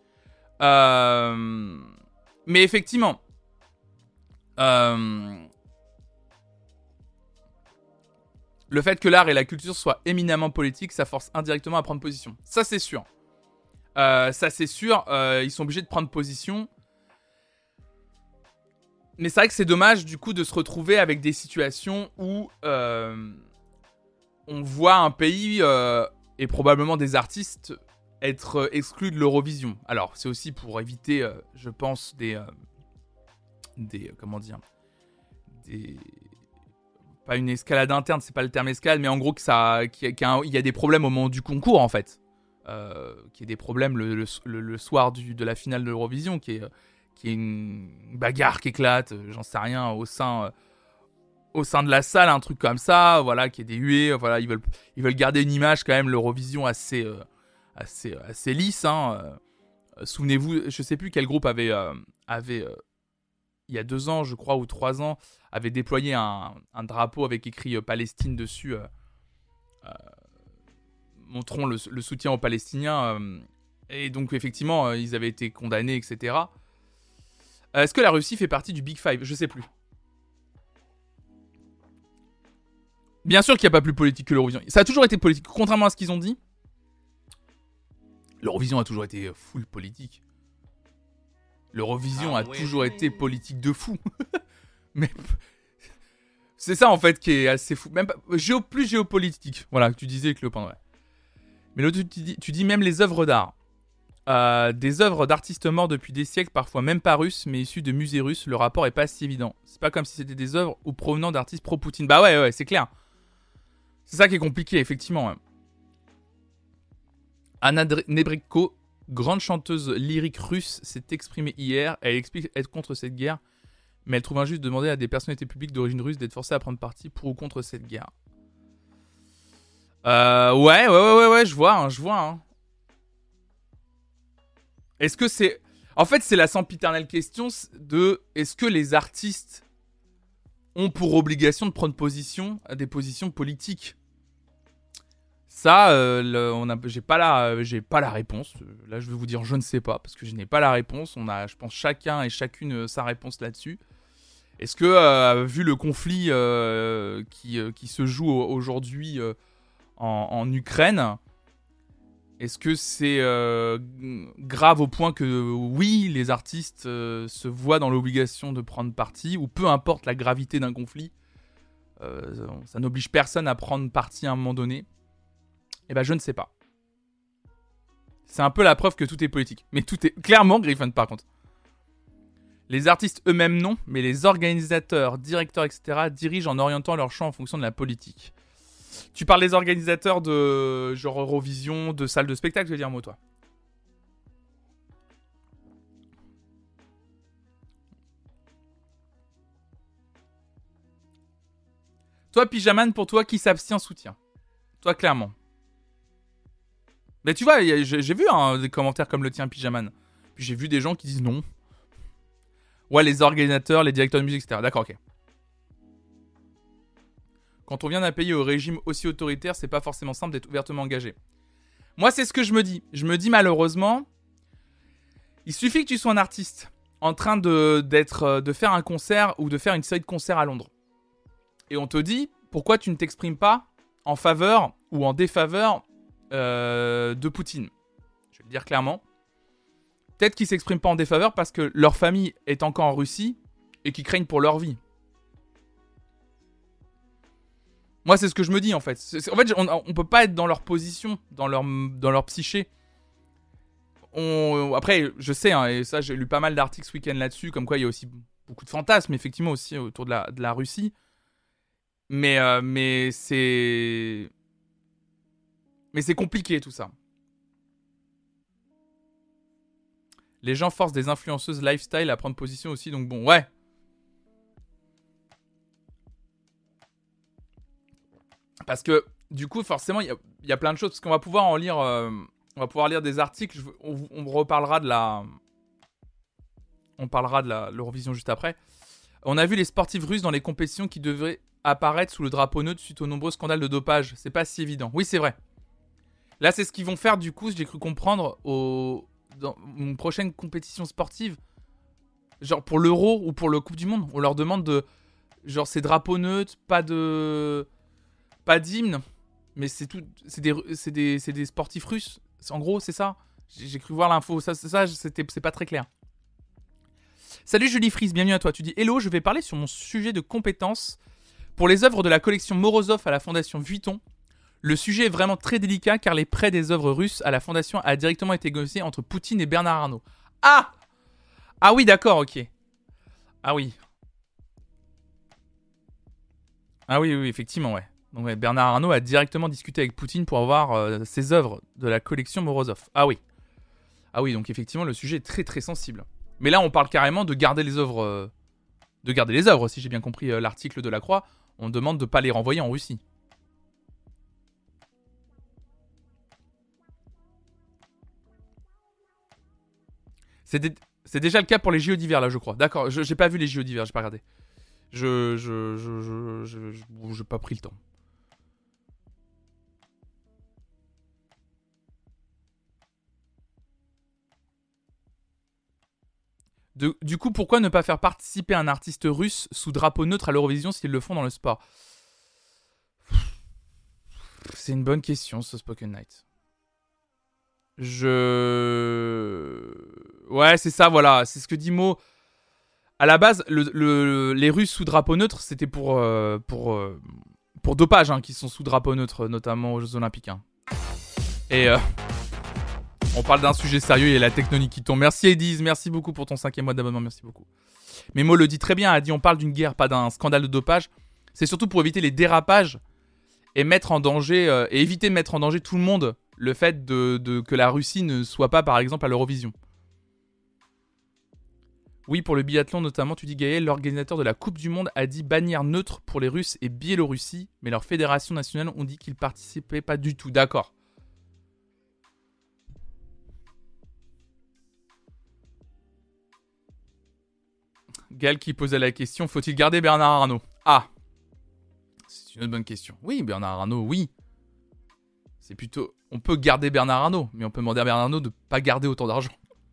Euh, mais effectivement, euh, Le fait que l'art et la culture soient éminemment politiques, ça force indirectement à prendre position. Ça, c'est sûr. Euh, ça, c'est sûr. Euh, ils sont obligés de prendre position. Mais c'est vrai que c'est dommage, du coup, de se retrouver avec des situations où euh, on voit un pays euh, et probablement des artistes être exclus de l'Eurovision. Alors, c'est aussi pour éviter, euh, je pense, des... Euh, des... Comment dire Des... Pas une escalade interne, c'est pas le terme escalade, mais en gros, que ça, qu'il y a, qu'il y a des problèmes au moment du concours, en fait. Euh, qu'il y ait des problèmes le, le, le, le soir du, de la finale de l'Eurovision, qui est, qui est une bagarre qui éclate, j'en sais rien, au sein... Euh, au sein de la salle, un truc comme ça, voilà, qui est des huées, voilà, ils veulent, ils veulent garder une image quand même, l'Eurovision assez... Euh, assez, assez lisse. Hein. Euh, souvenez-vous, je sais plus quel groupe avait, euh, avait euh, il y a deux ans, je crois, ou trois ans, avait déployé un, un drapeau avec écrit euh, Palestine dessus. Euh, euh, montrons le, le soutien aux Palestiniens. Euh, et donc, effectivement, euh, ils avaient été condamnés, et cetera. Euh, est-ce que la Russie fait partie du Big Five ? Je sais plus. Bien sûr qu'il n'y a pas plus politique que l'Eurovision. Ça a toujours été politique, contrairement à ce qu'ils ont dit. L'Eurovision a toujours été full politique. L'Eurovision ah, a ouais, toujours ouais. été politique de fou. Mais c'est ça en fait qui est assez fou. Même pas, géo, plus géopolitique. Voilà, que tu disais que le ouais. Mais là, tu, tu, dis, tu dis même les œuvres d'art. Euh, des œuvres d'artistes morts depuis des siècles, parfois même pas russes, mais issus de musées russes. Le rapport est pas si évident. C'est pas comme si c'était des œuvres ou provenant d'artistes pro-Poutine. Bah ouais, ouais, c'est clair. C'est ça qui est compliqué, effectivement. Ouais. Anna Netrebko, grande chanteuse lyrique russe, s'est exprimée hier. Elle explique être contre cette guerre, mais elle trouve injuste de demander à des personnalités publiques d'origine russe d'être forcées à prendre parti pour ou contre cette guerre. Euh, ouais, ouais, ouais, ouais, ouais, je vois, hein, je vois. Hein. Est-ce que c'est... En fait, c'est la sempiternelle question de... Est-ce que les artistes ont pour obligation de prendre position à des positions politiques ? Ça, euh, le, on a, j'ai pas la, j'ai pas la réponse. Là, je vais vous dire, je ne sais pas, parce que je n'ai pas la réponse. On a, je pense, chacun et chacune euh, sa réponse là-dessus. Est-ce que, euh, vu le conflit euh, qui, euh, qui se joue aujourd'hui euh, en, en Ukraine, est-ce que c'est euh, grave au point que, oui, les artistes euh, se voient dans l'obligation de prendre parti, ou peu importe la gravité d'un conflit, euh, ça n'oblige personne à prendre parti à un moment donné. Eh ben, je ne sais pas. C'est un peu la preuve que tout est politique. Mais tout est clairement Griffon, par contre. Les artistes eux-mêmes, non. Mais les organisateurs, directeurs, et cetera dirigent en orientant leur champ en fonction de la politique. Tu parles des organisateurs de genre Eurovision, de salles de spectacle, je veux dire, moi, toi. Toi, Pyjaman, pour toi, qui s'abstient, soutient. Toi, clairement. Mais tu vois, j'ai, j'ai vu hein, des commentaires comme le tien, Pyjaman. Puis j'ai vu des gens qui disent non. Ouais, les organisateurs, les directeurs de musique, et cetera. D'accord, ok. Quand on vient d'un pays au régime aussi autoritaire, c'est pas forcément simple d'être ouvertement engagé. Moi, c'est ce que je me dis. Je me dis malheureusement, il suffit que tu sois un artiste en train de, d'être, de faire un concert ou de faire une série de concerts à Londres. Et on te dit, pourquoi tu ne t'exprimes pas en faveur ou en défaveur Euh, de Poutine. Je vais le dire clairement. Peut-être qu'ils ne s'expriment pas en défaveur parce que leur famille est encore en Russie et qu'ils craignent pour leur vie. Moi, c'est ce que je me dis en fait. C'est, en fait, on ne peut pas être dans leur position, dans leur, dans leur psyché. On, après, je sais, hein, et ça, j'ai lu pas mal d'articles ce week-end là-dessus, comme quoi il y a aussi beaucoup de fantasmes, effectivement, aussi autour de la, de la Russie. Mais, euh, mais c'est... Mais c'est compliqué tout ça. Les gens forcent des influenceuses lifestyle à prendre position aussi, donc bon, ouais. Parce que du coup, forcément, il y, y a plein de choses. Parce qu'on va pouvoir en lire, euh, on va pouvoir lire des articles. Je, on, on reparlera de la, on parlera de la, l'Eurovision juste après. On a vu les sportifs russes dans les compétitions qui devraient apparaître sous le drapeau neutre suite aux nombreux scandales de dopage. C'est pas si évident. Oui, c'est vrai. Là, c'est ce qu'ils vont faire, du coup, j'ai cru comprendre, au... dans une prochaine compétition sportive. Genre pour l'Euro ou pour le Coupe du Monde. On leur demande de... Genre, ces drapeaux neutres, pas de... pas d'hymne, mais c'est tout, c'est des, c'est des, c'est des sportifs russes. En gros, c'est ça. J'ai, j'ai cru voir l'info. Ça, ça c'était, c'est pas très clair. Salut Julie Fries, bienvenue à toi. Tu dis hello, je vais parler sur mon sujet de compétences pour les œuvres de la collection Morozov à la Fondation Vuitton. Le sujet est vraiment très délicat car les prêts des œuvres russes à la Fondation a directement été négocié entre Poutine et Bernard Arnault. Ah Ah oui, d'accord, ok. Ah oui. Ah oui, oui, effectivement, ouais. Donc ouais, Bernard Arnault a directement discuté avec Poutine pour avoir euh, ses œuvres de la collection Morozov. Ah oui. Ah oui, donc effectivement, le sujet est très très sensible. Mais là, on parle carrément de garder les œuvres... Euh, de garder les œuvres, si j'ai bien compris euh, l'article de la Croix. On demande de ne pas les renvoyer en Russie. C'est, dé- c'est déjà le cas pour les J O d'hiver, là, je crois. D'accord, je, j'ai pas vu les J O d'hiver, j'ai pas regardé. Je... Je... Je... Je... je, je, je j'ai pas pris le temps. De, du coup, pourquoi ne pas faire participer un artiste russe sous drapeau neutre à l'Eurovision s'ils le font dans le sport ? C'est une bonne question, ce Spoken Night. Je... Ouais, c'est ça, voilà. C'est ce que dit Mo. À la base, le, le, les Russes sous drapeau neutre, c'était pour, euh, pour, euh, pour dopage, hein, qui sont sous drapeau neutre, notamment aux Jeux Olympiques. Hein. Et... Euh... On parle d'un sujet sérieux, il y a la tectonique qui tombe. Merci Ediz, merci beaucoup pour ton cinquième mois d'abonnement, merci beaucoup. Mais Mo le dit très bien, elle a dit on parle d'une guerre, pas d'un scandale de dopage. C'est surtout pour éviter les dérapages et mettre en danger euh, et éviter de mettre en danger tout le monde, le fait de, de que la Russie ne soit pas par exemple à l'Eurovision. Oui, pour le biathlon notamment, tu dis Gaël, l'organisateur de la Coupe du Monde a dit bannière neutre pour les Russes et Biélorussie, mais leur fédération nationale ont dit qu'ils participaient pas du tout. D'accord. Gal qui posait la question, faut-il garder Bernard Arnault ? Ah, c'est une autre bonne question. Oui, Bernard Arnault, oui. C'est plutôt... On peut garder Bernard Arnault, mais on peut demander à Bernard Arnault de ne pas garder autant d'argent.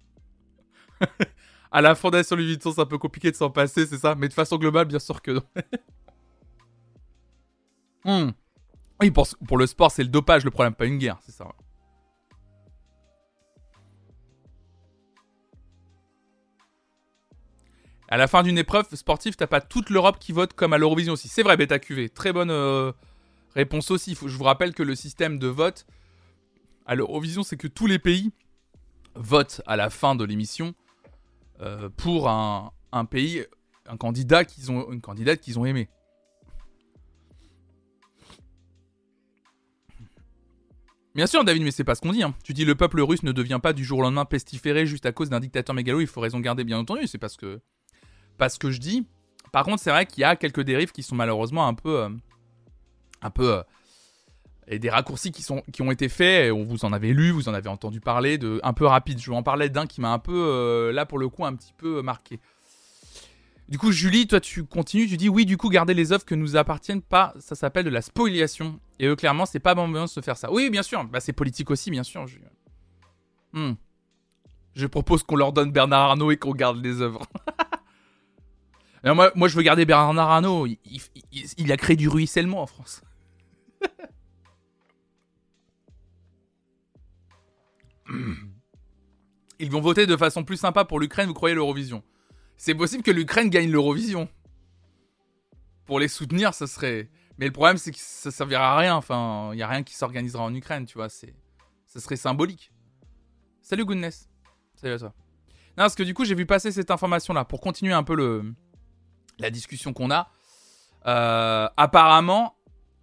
À la Fondation Louis Vuitton, c'est un peu compliqué de s'en passer, c'est ça ? Mais de façon globale, bien sûr que non. hmm. Oui, pour, pour le sport, c'est le dopage le problème, pas une guerre, c'est ça. À la fin d'une épreuve sportive, t'as pas toute l'Europe qui vote comme à l'Eurovision aussi. C'est vrai, Beta Q V. Très bonne euh, réponse aussi. Faut, je vous rappelle que le système de vote à l'Eurovision, c'est que tous les pays votent à la fin de l'émission euh, pour un, un pays, un candidat qu'ils ont, une candidate qu'ils ont aimé. Bien sûr, David, mais c'est pas ce qu'on dit. Hein. Tu dis le peuple russe ne devient pas du jour au lendemain pestiféré juste à cause d'un dictateur mégalo. Il faut raison garder, bien entendu. C'est parce que... Pas ce que je dis. Par contre, c'est vrai qu'il y a quelques dérives qui sont malheureusement un peu... Euh, un peu... Euh, et des raccourcis qui, sont, qui ont été faits. Et on vous en avez lu, vous en avez entendu parler, de, un peu rapide. Je vous en parlais d'un qui m'a un peu, euh, là pour le coup, un petit peu marqué. Du coup, Julie, toi tu continues, tu dis oui, du coup, garder les œuvres que nous appartiennent pas, ça s'appelle de la spoliation. Et eux, clairement, c'est pas bon de se faire ça. Oui, bien sûr, bah, c'est politique aussi, bien sûr. Je... Hmm. Je propose qu'on leur donne Bernard Arnault et qu'on garde les œuvres. Alors moi, moi, je veux garder Bernard Arnault. Il, il, il, il a créé du ruissellement en France. Ils vont voter de façon plus sympa pour l'Ukraine, vous croyez, l'Eurovision ? C'est possible que l'Ukraine gagne l'Eurovision. Pour les soutenir, ça serait... Mais le problème, c'est que ça servira à rien. Enfin, il n'y a rien qui s'organisera en Ukraine, tu vois. C'est... Ça serait symbolique. Salut Goodness. Salut à toi. Non, parce que du coup, j'ai vu passer cette information-là. Pour continuer un peu le... la discussion qu'on a. Euh, apparemment,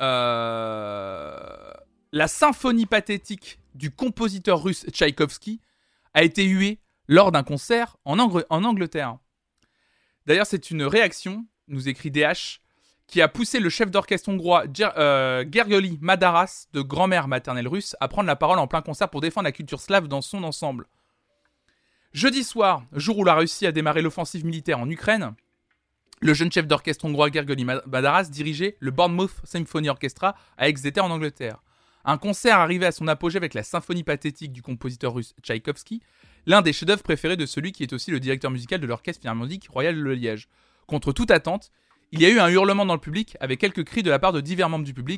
euh, la symphonie pathétique du compositeur russe Tchaïkovski a été huée lors d'un concert en, Ang- en Angleterre. D'ailleurs, c'est une réaction, nous écrit D H, qui a poussé le chef d'orchestre hongrois Ger- euh, Gergely Madaras, de grand-mère maternelle russe, à prendre la parole en plein concert pour défendre la culture slave dans son ensemble. Jeudi soir, jour où la Russie a démarré l'offensive militaire en Ukraine, le jeune chef d'orchestre hongrois Gergely Madaras dirigeait le Bournemouth Symphony Orchestra à Exeter en Angleterre. Un concert arrivait à son apogée avec la symphonie pathétique du compositeur russe Tchaïkovski, l'un des chefs-d'œuvre préférés de celui qui est aussi le directeur musical de l'Orchestre Philharmonique Royal de Liège. Contre toute attente, il y a eu un hurlement dans le public avec quelques cris de la part de divers membres du public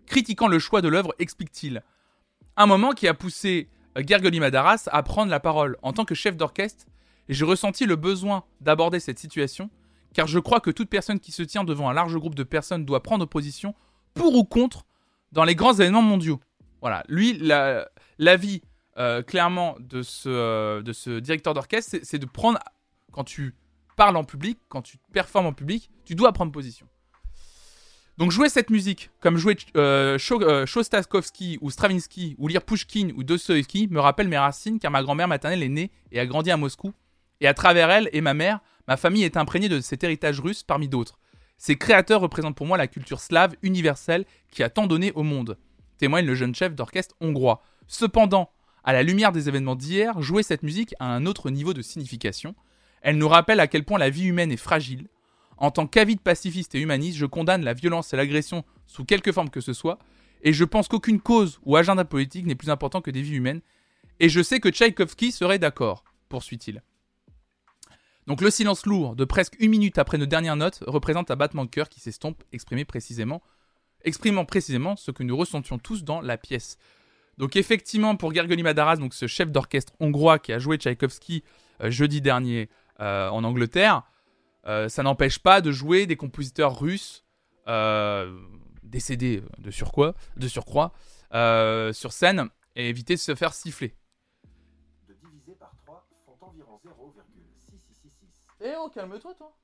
critiquant le choix de l'œuvre, explique-t-il. Un moment qui a poussé Gergely Madaras à prendre la parole en tant que chef d'orchestre, et j'ai ressenti le besoin d'aborder cette situation, car je crois que toute personne qui se tient devant un large groupe de personnes doit prendre position pour ou contre dans les grands événements mondiaux. Voilà, lui, la, l'avis euh, clairement de ce, euh, de ce directeur d'orchestre, c'est, c'est de prendre, quand tu parles en public, quand tu performes en public, tu dois prendre position. Donc jouer cette musique, comme jouer euh, Shostakovsky ou Stravinsky, ou lire Pushkin ou Dostoïevski, me rappelle mes racines, car ma grand-mère maternelle est née et a grandi à Moscou, et à travers elle et ma mère, ma famille est imprégnée de cet héritage russe parmi d'autres. Ces créateurs représentent pour moi la culture slave universelle qui a tant donné au monde, témoigne le jeune chef d'orchestre hongrois. Cependant, à la lumière des événements d'hier, jouer cette musique a un autre niveau de signification. Elle nous rappelle à quel point la vie humaine est fragile. En tant qu'avide pacifiste et humaniste, je condamne la violence et l'agression sous quelque forme que ce soit, et je pense qu'aucune cause ou agenda politique n'est plus important que des vies humaines, et je sais que Tchaïkovski serait d'accord, poursuit-il. Donc le silence lourd de presque une minute après nos dernières notes représente un battement de cœur qui s'estompe, exprimé précisément, exprimant précisément ce que nous ressentions tous dans la pièce. Donc effectivement, pour Gergely Madaras, donc ce chef d'orchestre hongrois qui a joué Tchaïkovski euh, jeudi dernier euh, en Angleterre, Euh, ça n'empêche pas de jouer des compositeurs russes euh, décédés de surcroît, de surcroît euh, sur scène et éviter de se faire siffler. De diviser par trois font environ zéro virgule six six six six. Eh oh, calme-toi toi.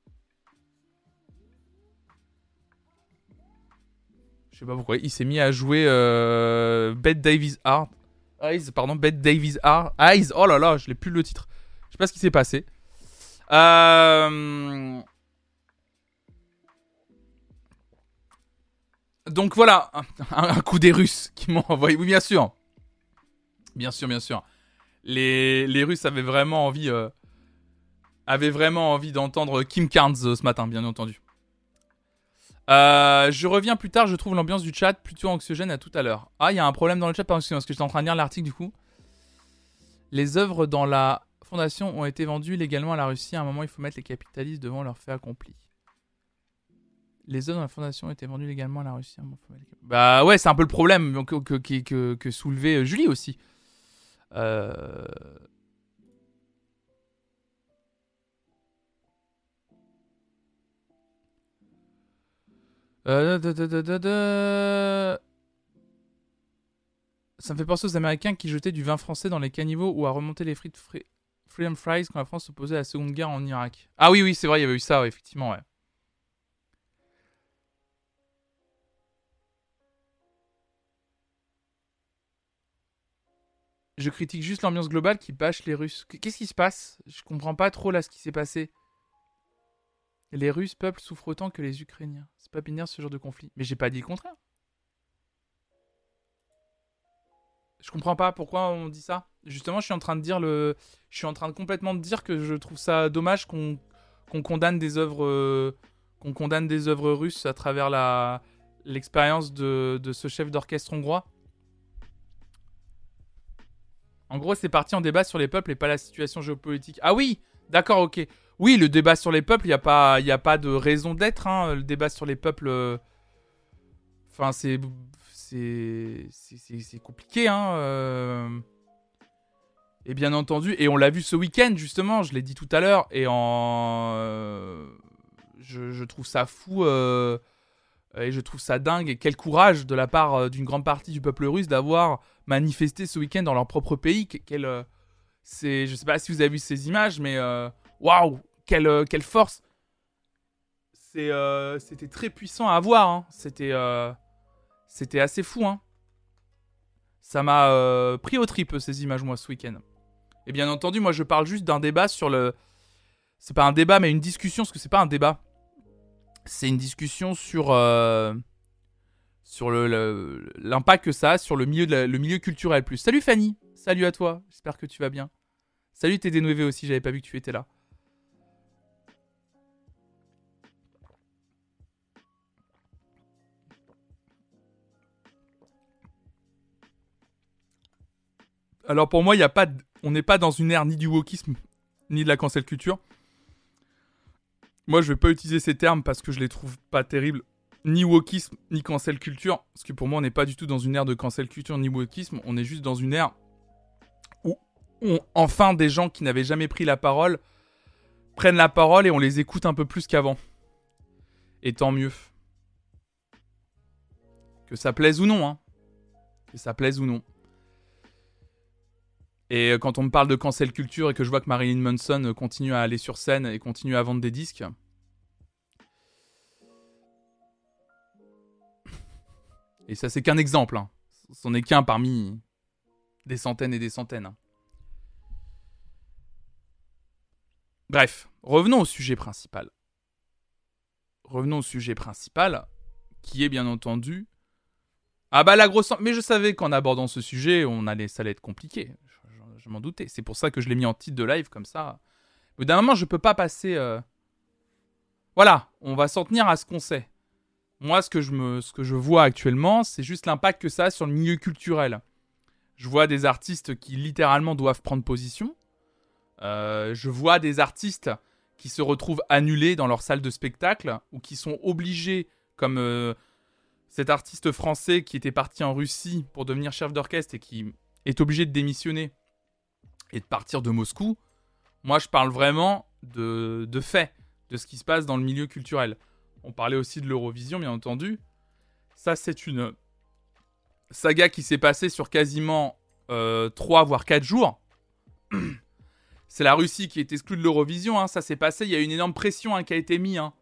Je sais pas pourquoi, il s'est mis à jouer euh, Bette Davis Eyes, pardon, Bette Davis Eyes. Oh là là, je l'ai plus le titre. Je sais pas ce qui s'est passé. Euh... Donc voilà, un, un coup des Russes qui m'ont envoyé. Oui, bien sûr. Bien sûr, bien sûr. Les, les Russes avaient vraiment envie, euh, avaient vraiment envie d'entendre Kim Carnes euh, ce matin, bien entendu. Euh, je reviens plus tard, je trouve l'ambiance du chat plutôt anxiogène à tout à l'heure. Ah, il y a un problème dans le chat, parce que j'étais en train de lire l'article du coup. Les œuvres dans la Fondation ont été vendues légalement à la Russie. À un moment, il faut mettre les capitalistes devant leur fait accompli. Les œuvres dans la Fondation ont été vendues légalement à la Russie. À un moment, il faut mettre les... Bah ouais, c'est un peu le problème que, que, que, que, que soulevait Julie aussi. Euh... Euh, da, da, da, da, da. Ça me fait penser aux Américains qui jetaient du vin français dans les caniveaux ou à remonter les frites fri- Freedom Fries quand la France s'opposait à la Seconde Guerre en Irak. Ah oui, oui, c'est vrai, il y avait eu ça, ouais, effectivement, ouais. Je critique juste l'ambiance globale qui bâche les Russes. Qu'est-ce qui se passe ? Je comprends pas trop là ce qui s'est passé. Les Russes, peuple, souffrent autant que les Ukrainiens. C'est pas binaire ce genre de conflit. Mais j'ai pas dit le contraire. Je comprends pas pourquoi on dit ça. Justement, je suis en train de dire le, je suis en train de complètement de dire que je trouve ça dommage qu'on, qu'on condamne des œuvres, euh, qu'on condamne des œuvres russes à travers la, l'expérience de, de ce chef d'orchestre hongrois. En gros, c'est parti en débat sur les peuples et pas la situation géopolitique. Ah oui, d'accord, ok. Oui, le débat sur les peuples, il y a pas, il y a pas de raison d'être. Hein. Le débat sur les peuples, euh... enfin c'est. C'est, c'est, c'est, c'est compliqué, hein. Euh... Et bien entendu, et on l'a vu ce week-end, justement, je l'ai dit tout à l'heure, et en... Euh... Je, je trouve ça fou, euh... et je trouve ça dingue, et quel courage de la part d'une grande partie du peuple russe d'avoir manifesté ce week-end dans leur propre pays. Quel, euh... c'est... Je sais pas si vous avez vu ces images, mais waouh, quelle, euh, quelle force. C'est, euh... C'était très puissant à voir, hein. C'était... Euh... C'était assez fou, hein. Ça m'a euh, pris au trip, ces images, moi, ce week-end. Et bien entendu, moi, je parle juste d'un débat sur le... C'est pas un débat, mais une discussion, parce que c'est pas un débat. C'est une discussion sur... Euh... Sur le, le, l'impact que ça a sur le milieu, de la, le milieu culturel plus. Salut Fanny, salut à toi, j'espère que tu vas bien. Salut T D neuf aussi, j'avais pas vu que tu étais là. Alors pour moi, y a pas de... on n'est pas dans une ère ni du wokisme, ni de la cancel culture. Moi, je vais pas utiliser ces termes parce que je les trouve pas terribles ni wokisme, ni cancel culture. Parce que pour moi, on n'est pas du tout dans une ère de cancel culture, ni wokisme. On est juste dans une ère où, on, enfin, des gens qui n'avaient jamais pris la parole prennent la parole et on les écoute un peu plus qu'avant. Et tant mieux. Que ça plaise ou non, hein. Que ça plaise ou non. Et quand on me parle de cancel culture et que je vois que Marilyn Manson continue à aller sur scène et continue à vendre des disques... Et ça, c'est qu'un exemple. Hein. Ce n'est qu'un parmi des centaines et des centaines. Hein. Bref, revenons au sujet principal. Revenons au sujet principal, qui est bien entendu... Ah bah la grosse... Mais je savais qu'en abordant ce sujet, on allait... ça allait être compliqué. Je, je, je m'en doutais. C'est pour ça que je l'ai mis en titre de live, comme ça. Mais d'un moment, je peux pas passer... Euh... Voilà, on va s'en tenir à ce qu'on sait. Moi, ce que je, me, ce que je vois actuellement, c'est juste l'impact que ça a sur le milieu culturel. Je vois des artistes qui littéralement doivent prendre position. Euh, je vois des artistes qui se retrouvent annulés dans leur salle de spectacle ou qui sont obligés, comme euh, cet artiste français qui était parti en Russie pour devenir chef d'orchestre et qui est obligé de démissionner et de partir de Moscou. Moi, je parle vraiment de, de faits, de ce qui se passe dans le milieu culturel. On parlait aussi de l'Eurovision, bien entendu. Ça, c'est une saga qui s'est passée sur quasiment euh, trois voire quatre jours. C'est la Russie qui est exclue de l'Eurovision. Hein. Ça s'est passé. Il y a une énorme pression hein, qui a été mise, hein,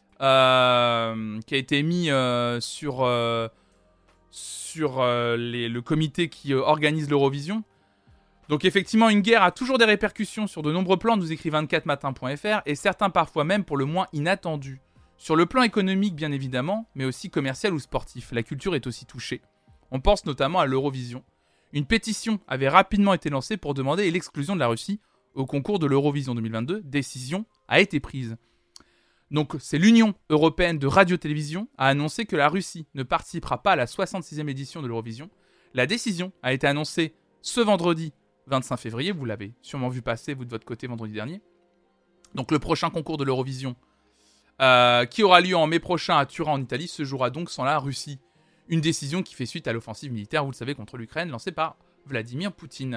euh, qui a été mise euh, sur, euh, sur euh, les, le comité qui euh, organise l'Eurovision. Donc effectivement, une guerre a toujours des répercussions sur de nombreux plans, nous écrit vingt-quatre matin point f r, et certains parfois même pour le moins inattendus. Sur le plan économique, bien évidemment, mais aussi commercial ou sportif, la culture est aussi touchée. On pense notamment à l'Eurovision. Une pétition avait rapidement été lancée pour demander l'exclusion de la Russie au concours de l'Eurovision deux mille vingt-deux. Décision a été prise. Donc, c'est l'Union européenne de radio-télévision a annoncé que la Russie ne participera pas à la soixante-sixième édition de l'Eurovision. La décision a été annoncée ce vendredi vingt-cinq février. Vous l'avez sûrement vu passer, vous de votre côté, vendredi dernier. Donc, le prochain concours de l'Eurovision Euh, qui aura lieu en mai prochain à Turin en Italie, se jouera donc sans la Russie. Une décision qui fait suite à l'offensive militaire, vous le savez, contre l'Ukraine, lancée par Vladimir Poutine.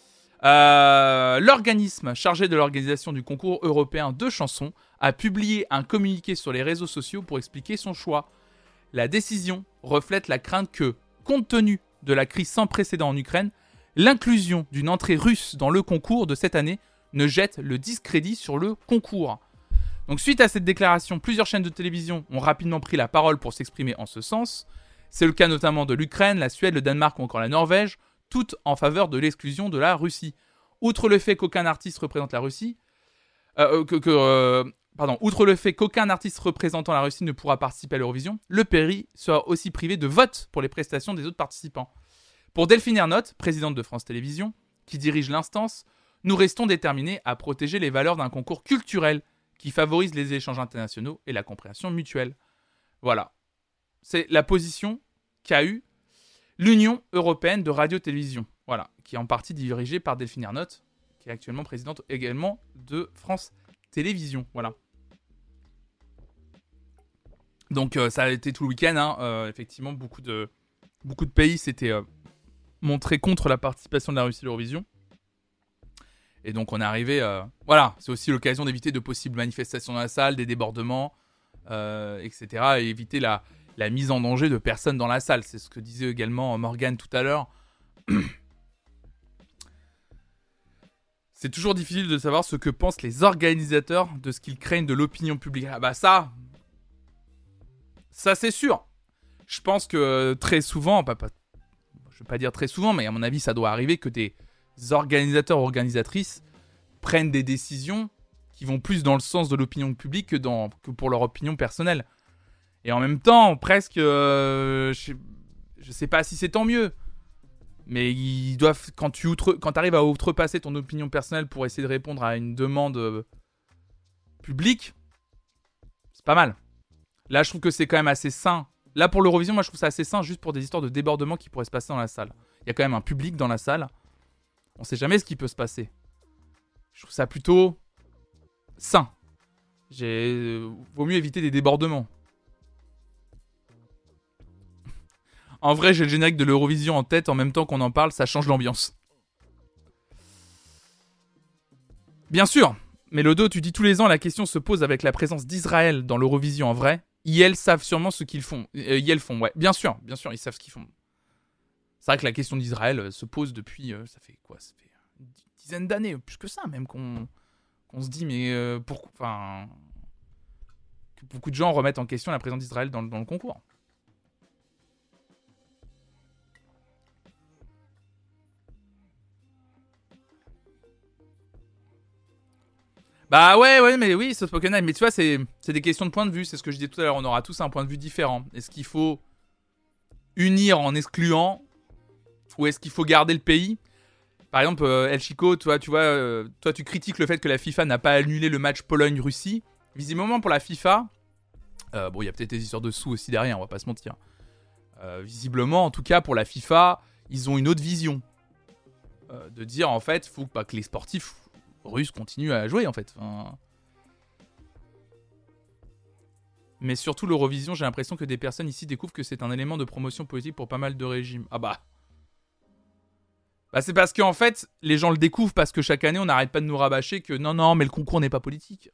Euh, l'organisme chargé de l'organisation du concours européen de chansons a publié un communiqué sur les réseaux sociaux pour expliquer son choix. La décision reflète la crainte que, compte tenu de la crise sans précédent en Ukraine, l'inclusion d'une entrée russe dans le concours de cette année ne jette le discrédit sur le concours. Donc suite à cette déclaration, plusieurs chaînes de télévision ont rapidement pris la parole pour s'exprimer en ce sens. C'est le cas notamment de l'Ukraine, la Suède, le Danemark ou encore la Norvège, toutes en faveur de l'exclusion de la Russie. Outre le fait qu'aucun artiste représente la Russie, euh, que, que, euh, pardon, outre le fait qu'aucun artiste représentant la Russie ne pourra participer à l'Eurovision, le pays sera aussi privé de vote pour les prestations des autres participants. Pour Delphine Ernotte, présidente de France Télévisions, qui dirige l'instance, nous restons déterminés à protéger les valeurs d'un concours culturel qui favorise les échanges internationaux et la compréhension mutuelle. Voilà. C'est la position qu'a eue l'Union européenne de radio-télévision. Voilà. Qui est en partie dirigée par Delphine Ernotte, qui est actuellement présidente également de France Télévisions. Voilà. Donc euh, ça a été tout le week-end. Hein. Euh, effectivement, beaucoup de, beaucoup de pays s'étaient euh, montrés contre la participation de la Russie à l'Eurovision. Et donc on est arrivé... Euh, voilà, c'est aussi l'occasion d'éviter de possibles manifestations dans la salle, des débordements, euh, et cetera. Et éviter la, la mise en danger de personnes dans la salle. C'est ce que disait également Morgane tout à l'heure. C'est toujours difficile de savoir ce que pensent les organisateurs de ce qu'ils craignent de l'opinion publique. Ah bah ça... Ça c'est sûr. Je pense que très souvent... Pas, pas, je ne vais pas dire très souvent, mais à mon avis ça doit arriver que des... organisateurs ou organisatrices prennent des décisions qui vont plus dans le sens de l'opinion publique que, dans, que pour leur opinion personnelle. Et en même temps, presque, euh, je, je sais pas si c'est tant mieux, mais ils doivent, quand tu outre, quand arrives à outrepasser ton opinion personnelle pour essayer de répondre à une demande euh, publique, c'est pas mal. Là, je trouve que c'est quand même assez sain. Là, pour l'Eurovision, moi, je trouve ça assez sain juste pour des histoires de débordement qui pourraient se passer dans la salle. Il y a quand même un public dans la salle. On sait jamais ce qui peut se passer. Je trouve ça plutôt sain. J'ai... Vaut mieux éviter des débordements. En vrai, j'ai le générique de l'Eurovision en tête en même temps qu'on en parle, ça change l'ambiance. Bien sûr, mais Lodo, tu dis tous les ans, la question se pose avec la présence d'Israël dans l'Eurovision en vrai. I L savent sûrement ce qu'ils font. Euh, I L font, ouais. Bien sûr, bien sûr, ils savent ce qu'ils font. C'est vrai que la question d'Israël euh, se pose depuis, euh, ça fait quoi? Ça fait une dizaine d'années, plus que ça même, qu'on, qu'on se dit, mais euh, pourquoi... Enfin... Que beaucoup de gens remettent en question la présence d'Israël dans, dans le concours. Bah ouais, ouais, mais oui, ce Spoken Night. Mais tu vois, c'est, c'est des questions de point de vue. C'est ce que je disais tout à l'heure. On aura tous un point de vue différent. Est-ce qu'il faut unir en excluant, ou est-ce qu'il faut garder le pays? Par exemple, euh, El Chico, toi, tu vois, euh, toi, tu critiques le fait que la FIFA n'a pas annulé le match Pologne-Russie. Visiblement, pour la FIFA, euh, bon, il y a peut-être des histoires de sous aussi derrière, on va pas se mentir. Euh, visiblement, en tout cas, pour la FIFA, ils ont une autre vision. Euh, de dire, en fait, il faut pas que les sportifs russes continuent à jouer, en fait. Enfin... Mais surtout, l'Eurovision, j'ai l'impression que des personnes ici découvrent que c'est un élément de promotion politique pour pas mal de régimes. Ah bah... Bah c'est parce qu'en fait, les gens le découvrent parce que chaque année, on n'arrête pas de nous rabâcher que non, non, mais le concours n'est pas politique.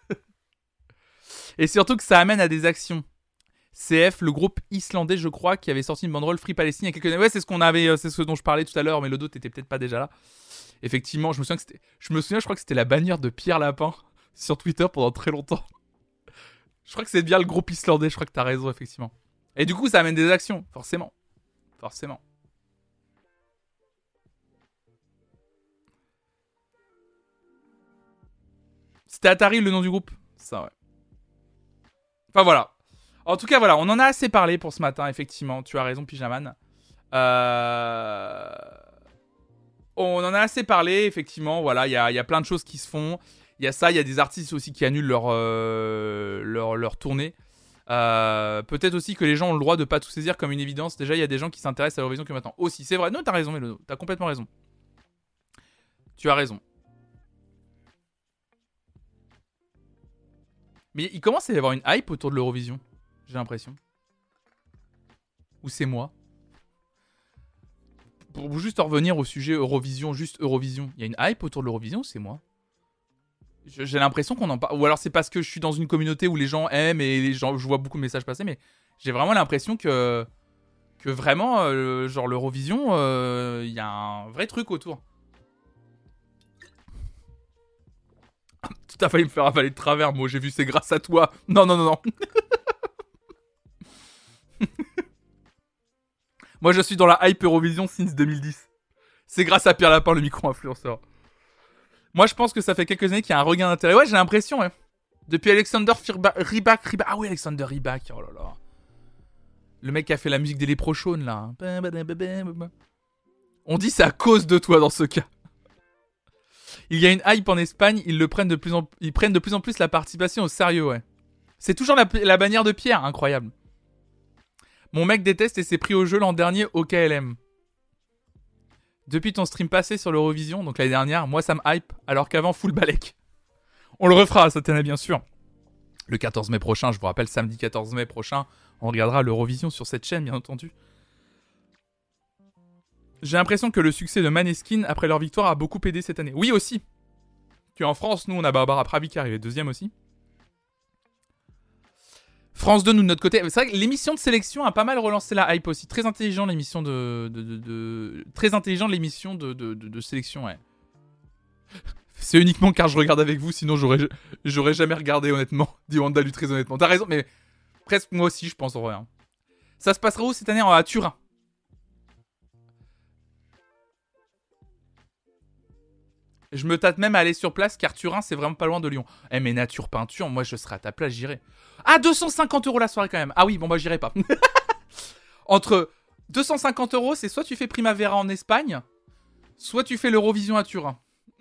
Et surtout que ça amène à des actions. C F, le groupe islandais, je crois, qui avait sorti une banderole Free Palestine il y a quelques années. Ouais, c'est ce qu'on avait, c'est ce dont je parlais tout à l'heure, mais le dos t'étais peut-être pas déjà là. Effectivement, je me souviens que c'était, je me souviens, je crois que c'était la bannière de Pierre Lapin sur Twitter pendant très longtemps. Je crois que c'est bien le groupe islandais. Je crois que t'as raison, effectivement. Et du coup, ça amène des actions, forcément, forcément. C'était Atari le nom du groupe. Ça, ouais. Enfin, voilà. En tout cas, voilà. On en a assez parlé pour ce matin, effectivement. Tu as raison, Pyjaman. Euh... On en a assez parlé, effectivement. Voilà, il y a, y a plein de choses qui se font. Il y a ça, il y a des artistes aussi qui annulent leur, euh, leur, leur tournée. Euh, peut-être aussi que les gens ont le droit de pas tout saisir comme une évidence. Déjà, il y a des gens qui s'intéressent à l'Eurovision que maintenant. Aussi, c'est vrai. Non, t'as raison, Mélodo. T'as complètement raison. Tu as raison. Mais il commence à y avoir une hype autour de l'Eurovision. J'ai l'impression. Ou c'est moi. Pour juste en revenir au sujet Eurovision, juste Eurovision. Il y a une hype autour de l'Eurovision ou c'est moi? J'ai l'impression qu'on en parle. Ou alors c'est parce que je suis dans une communauté où les gens aiment et les gens, je vois beaucoup de messages passer. Mais j'ai vraiment l'impression que... Que vraiment, euh, genre l'Eurovision, il euh, y a un vrai truc autour. Tout a failli me faire avaler de travers, moi. J'ai vu, c'est grâce à toi. Non, non, non, non. Moi, je suis dans la hype Eurovision since deux mille dix. C'est grâce à Pierre Lapin, le micro-influenceur. Moi, je pense que ça fait quelques années qu'il y a un regain d'intérêt. Ouais, j'ai l'impression, ouais. Depuis Alexander Rybak, Rybak. Ah oui, Alexander Rybak. Oh là là. Le mec qui a fait la musique des Léprochaunes, là. On dit c'est à cause de toi dans ce cas. Il y a une hype en Espagne, ils, le prennent de plus en... ils prennent de plus en plus la participation au sérieux, ouais. C'est toujours la, la bannière de Pierre, incroyable. Mon mec déteste et s'est pris au jeu l'an dernier au K L M. Depuis ton stream passé sur l'Eurovision, donc l'année dernière, moi ça me hype, alors qu'avant, full balèque. On le refera, cette année, bien sûr. Le quatorze mai prochain, je vous rappelle, samedi quatorze mai prochain, on regardera l'Eurovision sur cette chaîne, bien entendu. J'ai l'impression que le succès de Maneskin après leur victoire a beaucoup aidé cette année. Oui, aussi. Qu'en France, nous, on a Barbara Pravi qui arrive deuxième aussi. France deux, nous, de notre côté. C'est vrai que l'émission de sélection a pas mal relancé la hype aussi. Très intelligent, l'émission de... de, de, de... Très intelligent, l'émission de, de, de, de sélection, ouais. C'est uniquement car je regarde avec vous, sinon j'aurais, j'aurais jamais regardé, honnêtement. Dit Wandalu, très honnêtement. T'as raison, mais presque moi aussi, je pense, en vrai. Hein. Ça se passera où cette année? À Turin. Je me tâte même à aller sur place car Turin c'est vraiment pas loin de Lyon. Eh mais nature peinture, moi je serai à ta place, j'irai. Ah, deux cent cinquante euros la soirée quand même. Ah oui, bon bah j'irai pas. Entre deux cent cinquante euros, c'est soit tu fais Primavera en Espagne, soit tu fais l'Eurovision à Turin.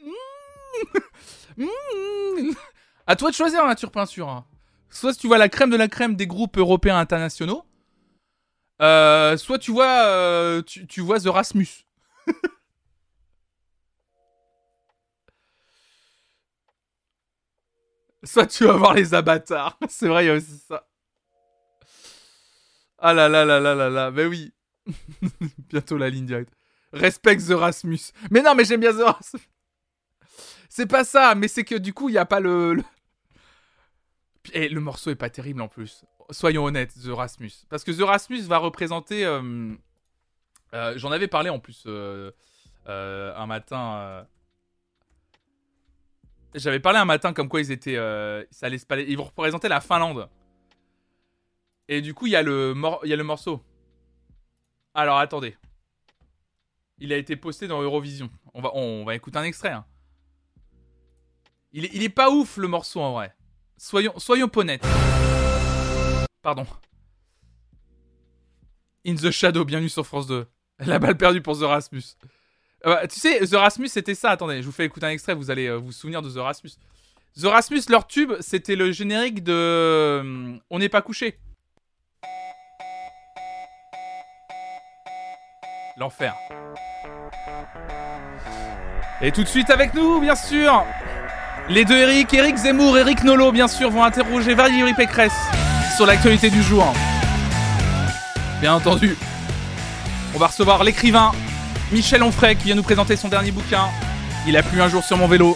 Mmh. Mmh. À toi de choisir en nature peinture. Hein. Soit tu vois la crème de la crème des groupes européens internationaux, euh, soit tu vois, euh, tu, tu vois The Rasmus. Soit tu vas voir les avatars. C'est vrai, il y a aussi ça. Ah là là là là là là. Ben oui. Bientôt la ligne directe. Respect The Rasmus. Mais non, mais j'aime bien The Rasmus. C'est pas ça, mais c'est que du coup, il n'y a pas le... le... Et le morceau est pas terrible en plus. Soyons honnêtes, The Rasmus. Parce que The Rasmus va représenter... Euh... Euh, j'en avais parlé en plus euh... Euh... un matin... Euh... J'avais parlé un matin comme quoi ils étaient... Euh... Ça allait se... Ils vont représenter la Finlande. Et du coup, il y, le mor... y a le morceau. Alors, attendez. Il a été posté dans Eurovision. On va, on va écouter un extrait. Hein. Il, est, il est pas ouf, le morceau, en vrai. Soyons, soyons honnêtes. Pardon. In the Shadow, bienvenue sur France deux. La balle perdue pour The Rasmus. Euh, tu sais, The Rasmus, c'était ça. Attendez, je vous fais écouter un extrait. Vous allez euh, vous souvenir de The Rasmus. The Rasmus, leur tube, c'était le générique de... Euh, On n'est pas couché. L'enfer. Et tout de suite avec nous, bien sûr, les deux Eric, Eric Zemmour, Eric Nolot, bien sûr, vont interroger Valérie Pécresse sur l'actualité du jour. Bien entendu. On va recevoir l'écrivain Michel Onfray qui vient nous présenter son dernier bouquin. Il a plu un jour sur mon vélo.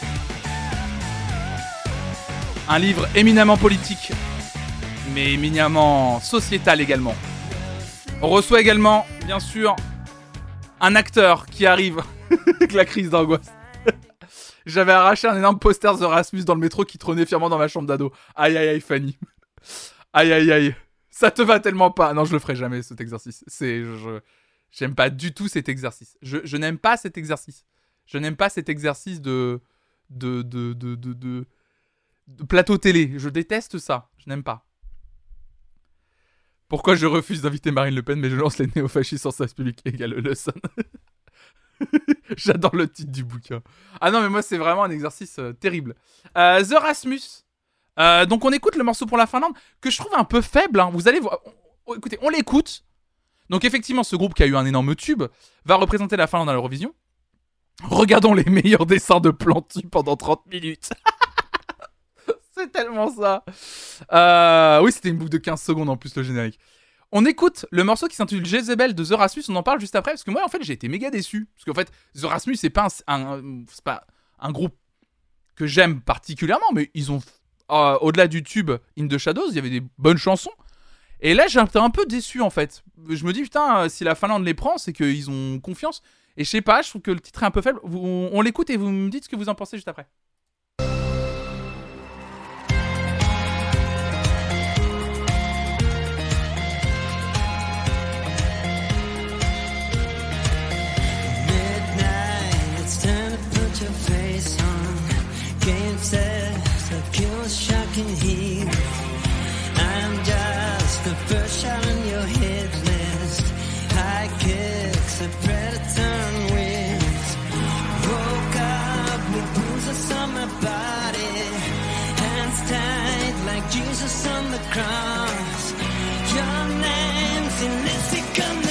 Un livre éminemment politique, mais éminemment sociétal également. On reçoit également, bien sûr, un acteur qui arrive avec la crise d'angoisse. J'avais arraché un énorme poster The Rasmus dans le métro qui trônait fièrement dans ma chambre d'ado. Aïe aïe aïe Fanny. Aïe aïe aïe. Ça te va tellement pas. Non, je le ferai jamais cet exercice. C'est, je, j'aime pas du tout cet exercice. Je, je n'aime pas cet exercice. Je n'aime pas cet exercice de, de, de, de, de, de, de plateau télé. Je déteste ça. Je n'aime pas. Pourquoi je refuse d'inviter Marine Le Pen, mais je lance les néofascistes en service public égale le Sun. J'adore le titre du bouquin. Ah non, mais moi, c'est vraiment un exercice euh, terrible. Euh, The Rasmus. Euh, donc, on écoute le morceau pour la Finlande, que je trouve un peu faible. Hein. Vous allez voir. On, on, écoutez, on l'écoute. Donc, effectivement, ce groupe qui a eu un énorme tube va représenter la Finlande à l'Eurovision. Regardons les meilleurs dessins de Plantu pendant trente minutes. C'est tellement ça. Euh, oui, c'était une boucle de quinze secondes en plus, le générique. On écoute le morceau qui s'intitule Jezebel de The Rasmus. On en parle juste après parce que moi, en fait, j'ai été méga déçu. Parce qu'en fait, The Rasmus, c'est pas un, un, c'est pas un groupe que j'aime particulièrement, mais ils ont, euh, au-delà du tube In the Shadows, il y avait des bonnes chansons. Et là, j'ai été un peu déçu, en fait. Je me dis, putain, si la Finlande les prend, c'est qu'ils ont confiance. Et je sais pas, je trouve que le titre est un peu faible. Vous, on, on l'écoute et vous me dites ce que vous en pensez juste après. Shocking heat. I'm just the first shot on your hit list. High kicks, a predator and wings. Woke up with bruises on my body. Hands tied like Jesus on the cross. Your name's in this economy.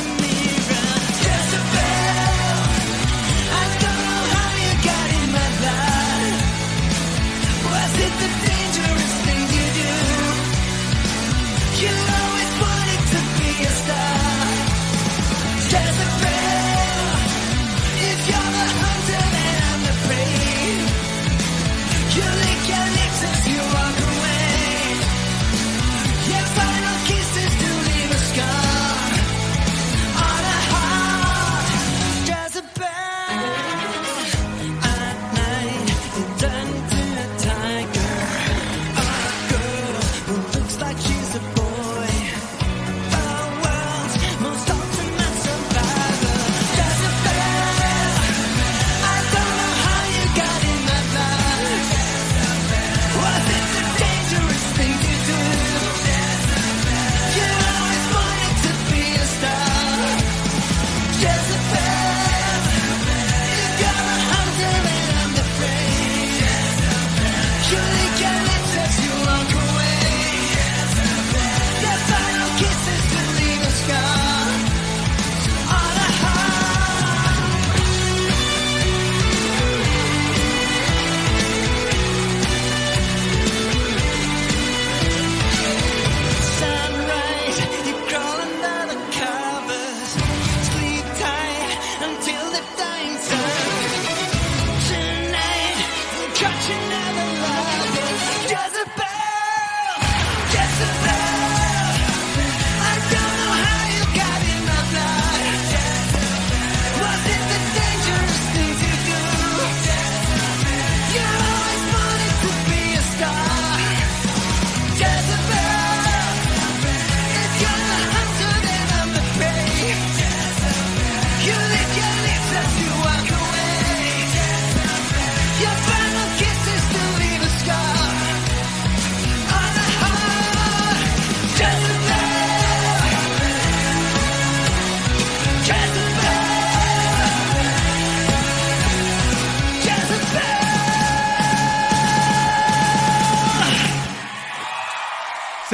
Yeah.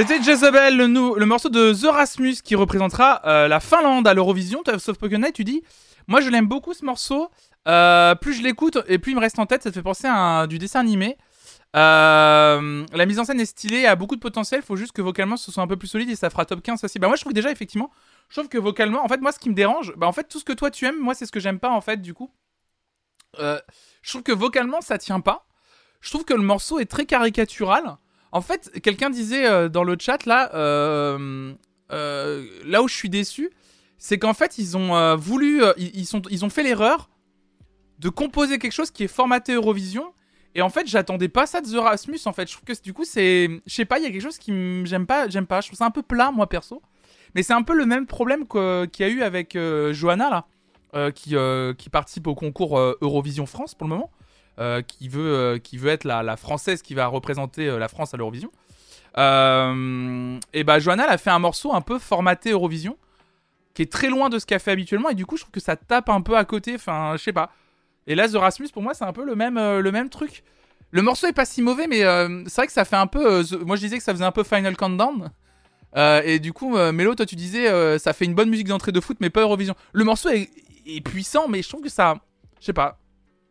C'était Jezebel, le, nou- le morceau de The Rasmus qui représentera euh, la Finlande à l'Eurovision. Sauf Pokémon Night, tu dis. Moi, je l'aime beaucoup ce morceau. Euh, plus je l'écoute et plus il me reste en tête. Ça te fait penser à un, du dessin animé. Euh, la mise en scène est stylée, a beaucoup de potentiel. Faut juste que vocalement ce soit un peu plus solide et ça fera top quinze aussi. Bah, moi, je trouve déjà, effectivement, je trouve que vocalement, en fait, moi, ce qui me dérange, bah, en fait, tout ce que toi tu aimes, moi, c'est ce que j'aime pas, en fait, du coup. Euh, je trouve que vocalement, ça tient pas. Je trouve que le morceau est très caricatural. En fait, quelqu'un disait euh, dans le chat, là, euh, euh, là où je suis déçu, c'est qu'en fait, ils ont euh, voulu, euh, ils, ils, sont, ils ont fait l'erreur de composer quelque chose qui est formaté Eurovision. Et en fait, j'attendais pas ça de The Rasmus, en fait. Je trouve que du coup, c'est... Je sais pas, il y a quelque chose qui m... j'aime pas, j'aime pas. Je trouve ça un peu plat, moi, perso. Mais c'est un peu le même problème que... qu'il y a eu avec euh, Johanna, là. Euh, qui, euh, qui participe au concours euh, Eurovision France, pour le moment. Euh, qui, veut, euh, qui veut être la, la Française qui va représenter euh, la France à l'Eurovision. Euh, et bah, Johanna, elle a fait un morceau un peu formaté Eurovision. Qui est très loin de ce qu'elle fait habituellement. Et du coup, je trouve que ça tape un peu à côté. Enfin, je sais pas. Et là, The Rasmus, pour moi, c'est un peu le même, euh, le même truc. Le morceau est pas si mauvais, mais euh, c'est vrai que ça fait un peu... Euh, the... Moi, je disais que ça faisait un peu Final Countdown. Euh, et du coup, euh, Mélo, toi, tu disais euh, ça fait une bonne musique d'entrée de foot, mais pas Eurovision. Le morceau est, est puissant, mais je trouve que ça... Je sais pas.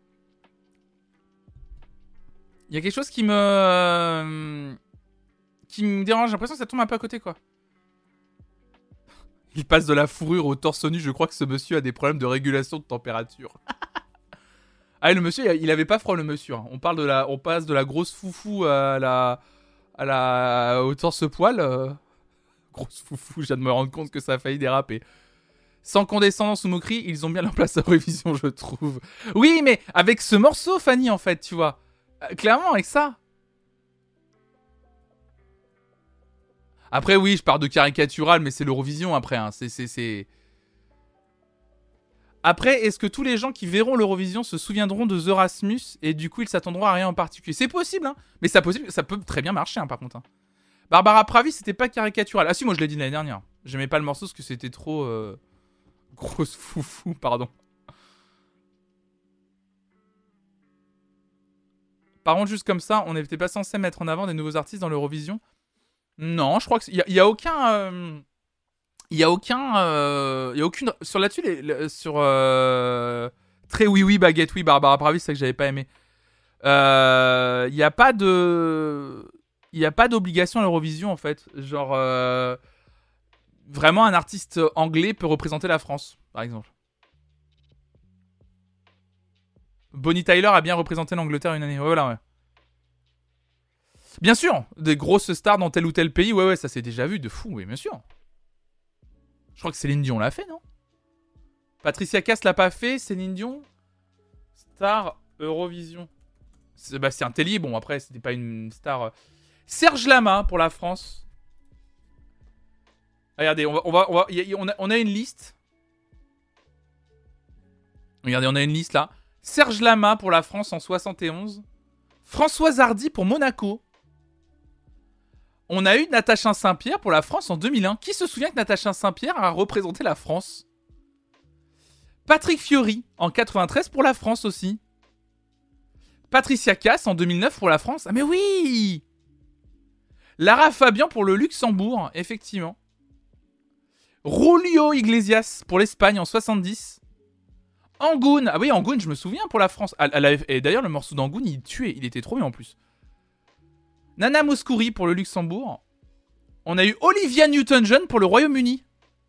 Il y a quelque chose qui me... Euh, qui me dérange. J'ai l'impression que ça tombe un peu à côté, quoi. Il passe de la fourrure au torse nu. Je crois que ce monsieur a des problèmes de régulation de température. Ah, le monsieur, il avait pas froid, le monsieur. Hein. On parle de la, on passe de la grosse foufou à la, à la, au torse-poil. Euh... Grosse foufou, je viens de me rendre compte que ça a failli déraper. Sans condescendance ou moquerie, ils ont bien leur place à Eurovision, je trouve. Oui, mais avec ce morceau, Fanny, en fait, tu vois. Euh, clairement, avec ça. Après, oui, je parle de caricatural, mais c'est l'Eurovision, après. Hein. C'est, c'est, c'est... Après, est-ce que tous les gens qui verront l'Eurovision se souviendront de The Rasmus et du coup ils s'attendront à rien en particulier? C'est possible, hein, mais ça, possible, ça peut très bien marcher, hein, par contre. Hein. Barbara Pravi, c'était pas caricatural. Ah si, moi je l'ai dit l'année dernière. J'aimais pas le morceau parce que c'était trop... Euh... Grosse foufou, pardon. Par contre, juste comme ça, on n'était pas censé mettre en avant des nouveaux artistes dans l'Eurovision. Non, je crois qu'il n'y a, y a aucun... Euh... Il y a aucun, euh, il y a aucune sur là-dessus les, les, sur euh, très oui oui baguette oui Barbara Pravi, c'est ça que j'avais pas aimé. Euh, il y a pas de, il y a pas d'obligation à l'Eurovision en fait. Genre euh, vraiment un artiste anglais peut représenter la France, par exemple. Bonnie Tyler a bien représenté l'Angleterre une année. Ouais, voilà ouais. Bien sûr, des grosses stars dans tel ou tel pays. Ouais ouais, ça s'est déjà vu de fou, oui bien sûr. Je crois que Céline Dion l'a fait, non? Patricia Cass l'a pas fait, Céline Dion. Star Eurovision. Sébastien Tellier, bon après c'était pas une star. Serge Lama pour la France. Regardez, on va, on va, on va, y a, on a, on a une liste. Regardez, on a une liste là. Serge Lama pour la France en soixante et onze. Françoise Hardy pour Monaco. On a eu Natacha Saint-Pierre pour la France en deux mille un. Qui se souvient que Natacha Saint-Pierre a représenté la France? Patrick Fiori en quatre-vingt-treize pour la France aussi. Patricia Cass en deux mille neuf pour la France. Ah mais oui! Lara Fabian pour le Luxembourg, effectivement. Julio Iglesias pour l'Espagne en soixante-dix. Angoun, ah oui Angoun je me souviens pour la France. Elle, elle avait, et d'ailleurs le morceau d'Angoun il tuait, il était trop bien en plus. Nana Mouskouri pour le Luxembourg. On a eu Olivia Newton-John pour le Royaume-Uni.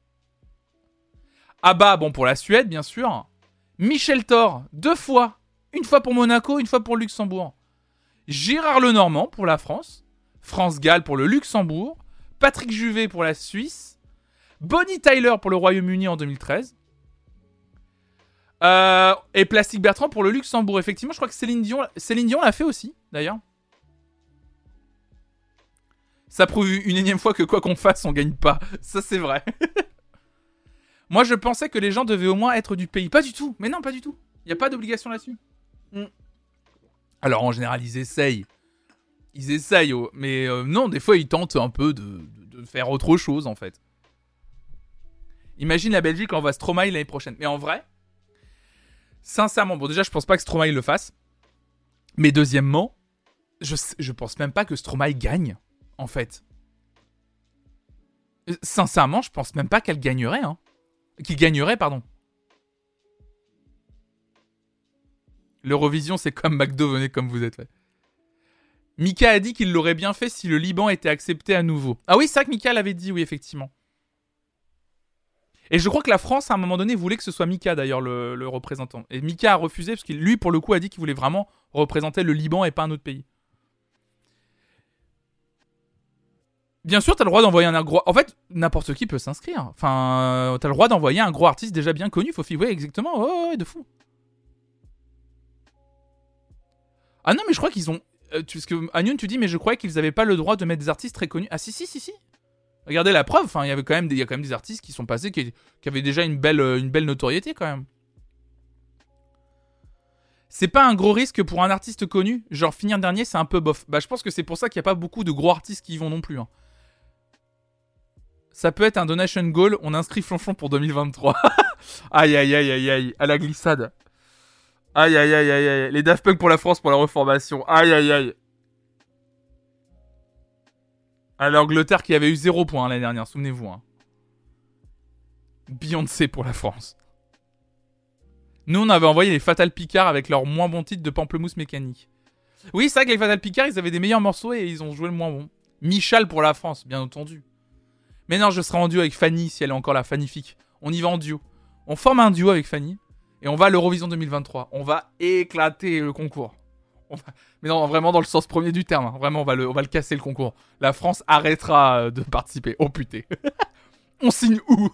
Abba, bon, pour la Suède, bien sûr. Michel Thor, deux fois. Une fois pour Monaco, une fois pour le Luxembourg. Gérard Lenormand pour la France. France Gall pour le Luxembourg. Patrick Juvet pour la Suisse. Bonnie Tyler pour le Royaume-Uni en deux mille treize. Euh, et Plastic Bertrand pour le Luxembourg. Effectivement, je crois que Céline Dion, Céline Dion l'a fait aussi, d'ailleurs. Ça prouve une énième fois que quoi qu'on fasse, on gagne pas. Ça, c'est vrai. Moi, je pensais que les gens devaient au moins être du pays. Pas du tout. Mais non, pas du tout. Il n'y a pas d'obligation là-dessus. Mm. Alors, en général, ils essayent. Ils essayent. Oh. Mais euh, non, des fois, ils tentent un peu de, de, de faire autre chose, en fait. Imagine la Belgique envoie Stromae l'année prochaine. Mais en vrai, sincèrement, bon, déjà, je pense pas que Stromae le fasse. Mais deuxièmement, je, je pense même pas que Stromae gagne. En fait. Euh, Sincèrement, je pense même pas qu'elle gagnerait. Hein. Qu'il gagnerait, pardon. L'Eurovision, c'est comme McDo, venez comme vous êtes fait. Mika a dit qu'il l'aurait bien fait si le Liban était accepté à nouveau. Ah oui, c'est ça que Mika l'avait dit, oui, effectivement. Et je crois que la France, à un moment donné, voulait que ce soit Mika, d'ailleurs, le, le représentant. Et Mika a refusé, parce que lui, pour le coup, a dit qu'il voulait vraiment représenter le Liban et pas un autre pays. Bien sûr, t'as le droit d'envoyer un gros... En fait, n'importe qui peut s'inscrire. Enfin, t'as le droit d'envoyer un gros artiste déjà bien connu, Fofi. Oui, exactement. Oh, ouais, de fou. Ah non, mais je crois qu'ils ont... Euh, tu... Parce que, Agnon, tu dis, mais je croyais qu'ils avaient pas le droit de mettre des artistes très connus. Ah si, si, si, si. Regardez la preuve. Enfin, il y avait quand même des... il y a quand même des artistes qui sont passés, qui, qui avaient déjà une belle... une belle notoriété, quand même. C'est pas un gros risque pour un artiste connu. Genre, finir dernier, c'est un peu bof. Bah, je pense que c'est pour ça qu'il n'y a pas beaucoup de gros artistes qui y vont non plus, hein. Ça peut être un donation goal. On inscrit Flonflon pour deux mille vingt-trois. Aïe, aïe, aïe, aïe, aïe. À la glissade. Aïe, aïe, aïe, aïe, aïe. Les Daft Punk pour la France, pour la reformation. Aïe, aïe, aïe. À l'Angleterre qui avait eu zéro point hein, l'année dernière, souvenez-vous. Hein. Beyoncé pour la France. Nous, on avait envoyé les Fatal Picard avec leur moins bon titre de Pamplemousse Mécanique. Oui, c'est vrai que les Fatal Picard, ils avaient des meilleurs morceaux et ils ont joué le moins bon. Michal pour la France, bien entendu. Mais non, je serai en duo avec Fanny, si elle est encore là, Fannifique. On y va en duo. On forme un duo avec Fanny, et on va à l'Eurovision deux mille vingt-trois. On va éclater le concours. On va... Mais non, vraiment dans le sens premier du terme. Hein. Vraiment, on va, le... on va le casser, le concours. La France arrêtera de participer. Oh putain. On signe où?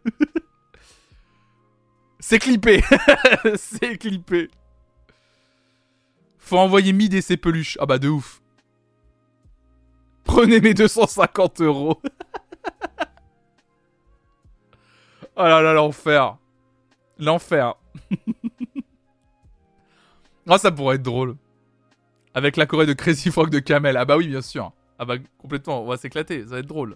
C'est clippé. C'est clippé. Faut envoyer Mid et ses peluches. Ah bah de ouf. Prenez mes deux cent cinquante euros. Oh là là, l'enfer. L'enfer. Ah, ça pourrait être drôle. Avec la Corée de Crazy Frog de Kamel. Ah bah oui, bien sûr. Ah bah complètement, on va s'éclater, ça va être drôle.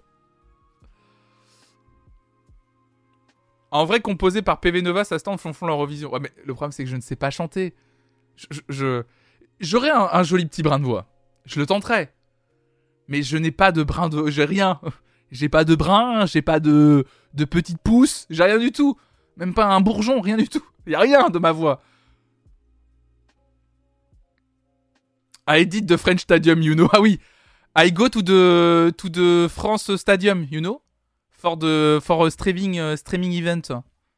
En vrai, composé par P V Nova, ça se tente Flonflon l'Eurovision. Ouais, mais le problème, c'est que je ne sais pas chanter. Je... je, je... J'aurais un, un joli petit brin de voix. Je le tenterai. Mais je n'ai pas de brin de... J'ai rien. J'ai pas de brin, j'ai pas de... de petite pousse, j'ai rien du tout. Même pas un bourgeon, rien du tout. Y a rien de ma voix. I edit the French Stadium, you know. Ah oui. I go to the, to the France Stadium, you know. For the for a streaming, uh, streaming event.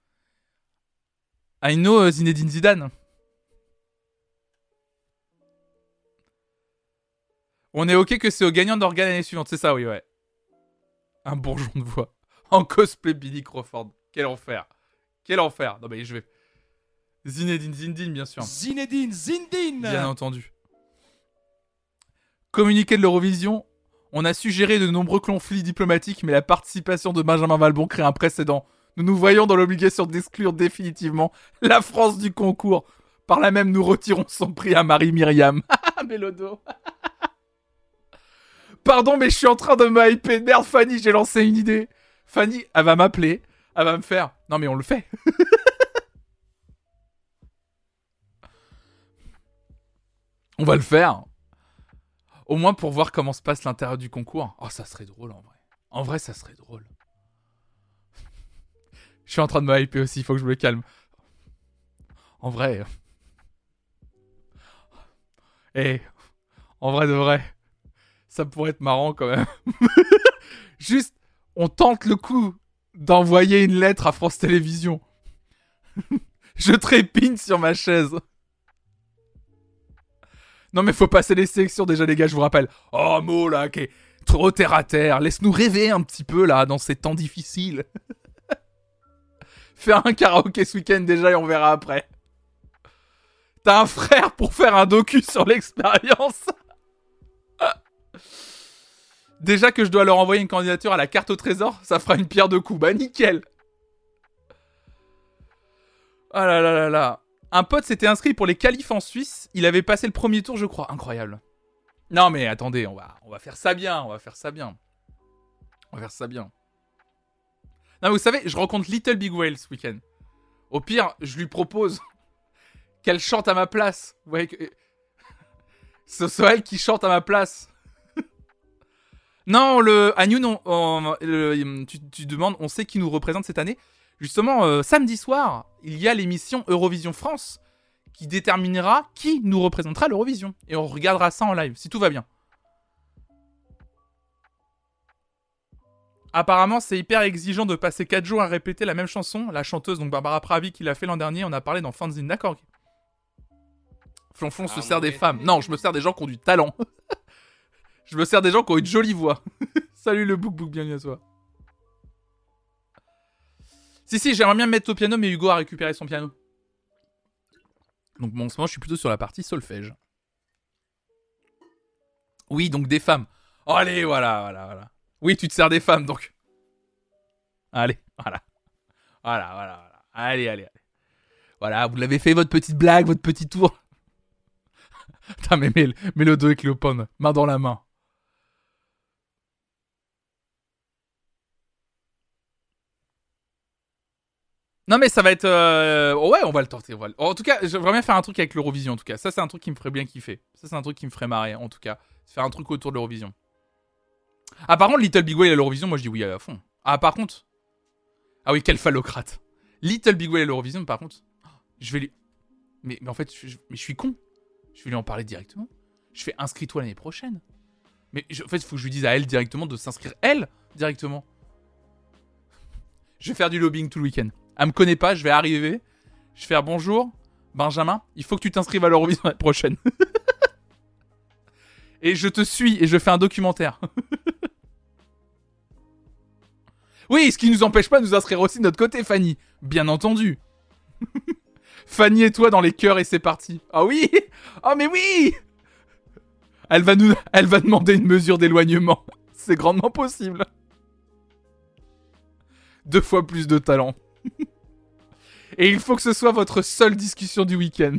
I know uh, Zinedine Zidane. On est ok que c'est au gagnant d'organes l'année suivante, c'est ça, oui, ouais. Un bourgeon de voix. En cosplay Billy Crawford. Quel enfer. Quel enfer. Non mais je vais... Zinedine Zindine, bien sûr. Zinedine Zindine. Bien entendu. Communiqué de l'Eurovision. On a suggéré de nombreux conflits diplomatiques, mais la participation de Benjamin Valbon crée un précédent. Nous nous voyons dans l'obligation d'exclure définitivement la France du concours. Par là même, nous retirons son prix à Marie-Myriam. Mélodo. Pardon, mais je suis en train de me hyper. Merde, Fanny, j'ai lancé une idée. Fanny, elle va m'appeler. Elle va me faire. Non, mais on le fait. On va le faire. Au moins pour voir comment se passe l'intérieur du concours. Oh, ça serait drôle en vrai. En vrai, ça serait drôle. Je suis en train de me hyper aussi, il faut que je me calme. En vrai. Eh, hey, en vrai de vrai. Ça pourrait être marrant quand même. Juste, on tente le coup d'envoyer une lettre à France Télévisions. Je trépigne sur ma chaise. Non mais faut passer les sélections déjà les gars, je vous rappelle. Oh Mo là, qui est trop terre à terre. Laisse-nous rêver un petit peu là, dans ces temps difficiles. Faire un karaoké ce week-end déjà et on verra après. T'as un frère pour faire un docu sur l'expérience. Déjà que je dois leur envoyer une candidature à la carte au trésor, ça fera une pierre deux coups. Bah nickel. Ah là là là là. Un pote s'était inscrit pour les qualifs en Suisse. Il avait passé le premier tour, je crois. Incroyable. Non mais attendez, on va, on va faire ça bien. On va faire ça bien. On va faire ça bien. Non mais vous savez, je rencontre Little Big Whale ce week-end. Au pire, je lui propose qu'elle chante à ma place. Vous voyez que... Ce soit elle qui chante à ma place. Non, le Agnew, non, on- le- tu, tu demandes, on sait qui nous représente cette année. Justement, euh, samedi soir, il y a l'émission Eurovision France qui déterminera qui nous représentera à l'Eurovision. Et on regardera ça en live, si tout va bien. Apparemment, c'est hyper exigeant de passer quatre jours à répéter la même chanson. La chanteuse, donc Barbara Pravi, qui l'a fait l'an dernier, on a parlé dans Fanzine. D'accord, ok. Flonflon se sert des femmes. Non, je me sers des gens qui ont du talent. Je me sers des gens qui ont une jolie voix. Salut le Bouk Bouk, bienvenue à toi. Si, si, j'aimerais bien me mettre au piano, mais Hugo a récupéré son piano. Donc bon, en ce moment, je suis plutôt sur la partie solfège. Oui, donc des femmes. Oh, allez, voilà, voilà, voilà. Oui, tu te sers des femmes, donc. Allez, voilà. Voilà, voilà, voilà. Allez, allez, allez. Voilà, vous l'avez fait, votre petite blague, votre petit tour. Putain, mais mets, mets le dos avec le pomme, main dans la main. Non mais ça va être... Euh... Ouais, on va le tenter. On va le... En tout cas, j'aimerais bien faire un truc avec l'Eurovision, en tout cas. Ça, c'est un truc qui me ferait bien kiffer. Ça, c'est un truc qui me ferait marrer, en tout cas. Faire un truc autour de l'Eurovision. Ah, par contre, Little Big Whale à l'Eurovision, moi, je dis oui à fond. Ah, par contre... Ah oui, quel phallocrate. Little Big Whale à l'Eurovision, par contre... Je vais lui... Mais, mais en fait, je... mais je suis con. Je vais lui en parler directement. Je fais inscris-toi l'année prochaine. Mais je... en fait, il faut que je lui dise à elle directement de s'inscrire, elle, directement. Je vais faire du lobbying tout le week-end. Elle me connaît pas, je vais arriver. Je vais faire bonjour, Benjamin, il faut que tu t'inscrives à l'Eurovision l'année prochaine. Et je te suis et je fais un documentaire. Oui, ce qui nous empêche pas de nous inscrire aussi de notre côté, Fanny. Bien entendu. Fanny et toi dans les cœurs et c'est parti. Ah oui. Oh mais oui. Elle va nous, elle va demander une mesure d'éloignement. C'est grandement possible. Deux fois plus de talent. Et il faut que ce soit votre seule discussion du week-end.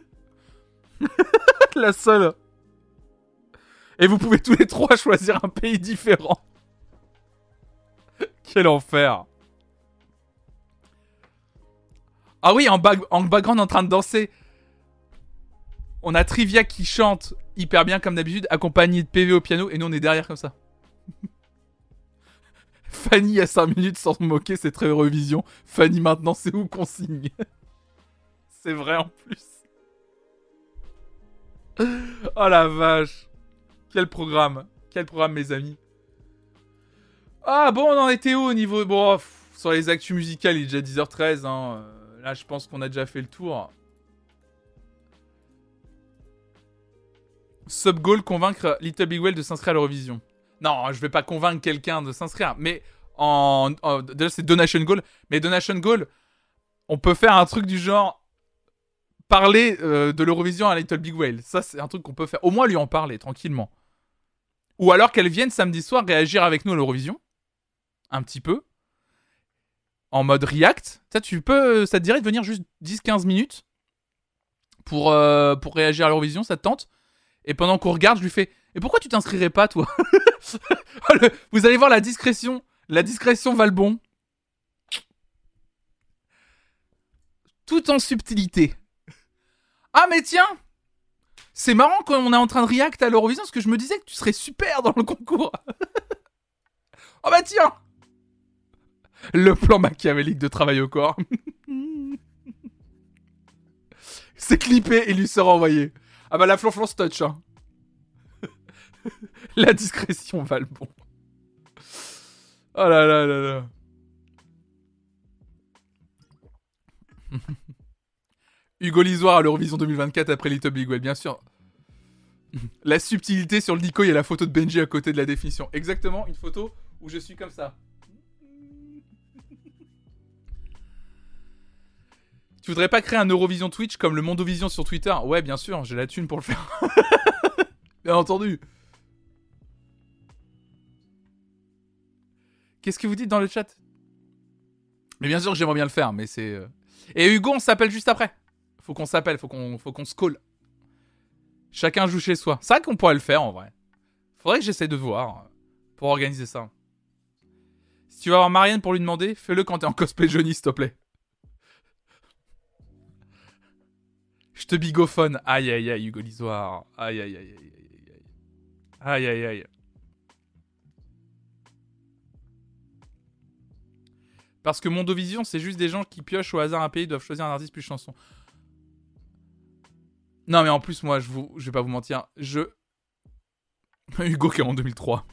La seule. Et vous pouvez tous les trois choisir un pays différent. Quel enfer. Ah oui, en, bag- en background en train de danser. On a Trivia qui chante hyper bien comme d'habitude, accompagné de P V au piano, et nous on est derrière comme ça. Fanny à cinq minutes sans se moquer, c'est très Eurovision. Fanny maintenant, c'est où qu'on signe. C'est vrai en plus. Oh la vache. Quel programme. Quel programme, mes amis. Ah bon, on en était où au niveau... Bon, pff, sur les actus musicales, il est déjà dix heures treize. Hein. Là, je pense qu'on a déjà fait le tour. Subgoal, convaincre Little Big Whale de s'inscrire à l'Eurovision. Non, je vais pas convaincre quelqu'un de s'inscrire. Mais en, en déjà c'est Donation Goal. Mais Donation Goal, on peut faire un truc du genre parler euh, de l'Eurovision à Little Big Whale. Ça, c'est un truc qu'on peut faire. Au moins lui en parler tranquillement. Ou alors qu'elle vienne samedi soir réagir avec nous à l'Eurovision, un petit peu, en mode react. Ça, tu peux, ça te dirait de venir juste dix à quinze minutes pour euh, pour réagir à l'Eurovision, ça te tente? Et pendant qu'on regarde, je lui fais. Et pourquoi tu t'inscrirais pas, toi? Le, vous allez voir la discrétion. La discrétion va le bon. Tout en subtilité. Ah, mais tiens! C'est marrant quand on est en train de react à l'Eurovision, parce que je me disais que tu serais super dans le concours. Oh bah tiens! Le plan machiavélique de travail au corps. C'est clippé et lui sera envoyé. Ah bah la flonflon se touch, hein. La discrétion va le bon. Oh là là là là. Hugo Lisoire à l'Eurovision deux mille vingt-quatre après Little Big Whale, bien sûr. La subtilité sur le dico, il y a la photo de Benji à côté de la définition. Exactement, une photo où je suis comme ça. Tu voudrais pas créer un Eurovision Twitch comme le Mondovision sur Twitter? Ouais, bien sûr, j'ai la thune pour le faire. Bien entendu. Qu'est-ce que vous dites dans le chat? Mais bien sûr que j'aimerais bien le faire, mais c'est... Euh... Et Hugo, on s'appelle juste après. Faut qu'on s'appelle, faut qu'on, faut qu'on se call. Chacun joue chez soi. C'est vrai qu'on pourrait le faire, en vrai. Faudrait que j'essaie de voir pour organiser ça. Si tu vas voir Marianne pour lui demander, fais-le quand t'es en cosplay Johnny, s'il te plaît. Je te bigophone. Aïe, aïe, aïe, Hugo Lisoire. Aïe, aïe, aïe, aïe, aïe, aïe. Aïe, aïe, aïe. Parce que Mondovision, c'est juste des gens qui piochent au hasard un pays, doivent choisir un artiste plus chanson. Non, mais en plus, moi, je, vous, je vais pas vous mentir. Je... Hugo qui est en deux mille trois.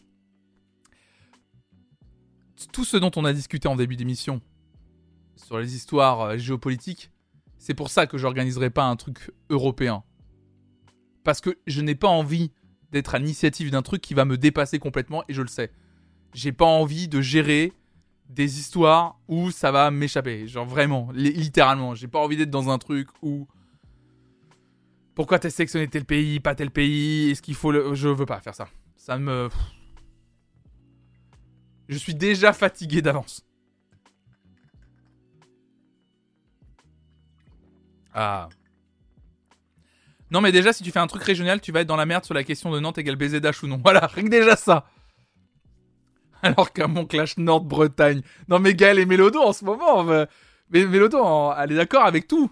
Tout ce dont on a discuté en début d'émission, sur les histoires euh, géopolitiques, c'est pour ça que j'organiserai pas un truc européen. Parce que je n'ai pas envie d'être à l'initiative d'un truc qui va me dépasser complètement, et je le sais. J'ai pas envie de gérer des histoires où ça va m'échapper. Genre vraiment, li- littéralement. J'ai pas envie d'être dans un truc où... Pourquoi t'as sélectionné tel pays, pas tel pays? Est-ce qu'il faut le... Je veux pas faire ça. Ça me... Je suis déjà fatigué d'avance. Ah. Non mais déjà, si tu fais un truc régional, tu vas être dans la merde sur la question de Nantes égale B Z H ou non. Voilà, rien que déjà ça. Alors qu'un mon clash Nord-Bretagne. Non mais Gaël et Mélodo en ce moment. Mais, mais Mélodo, en... elle est d'accord avec tout.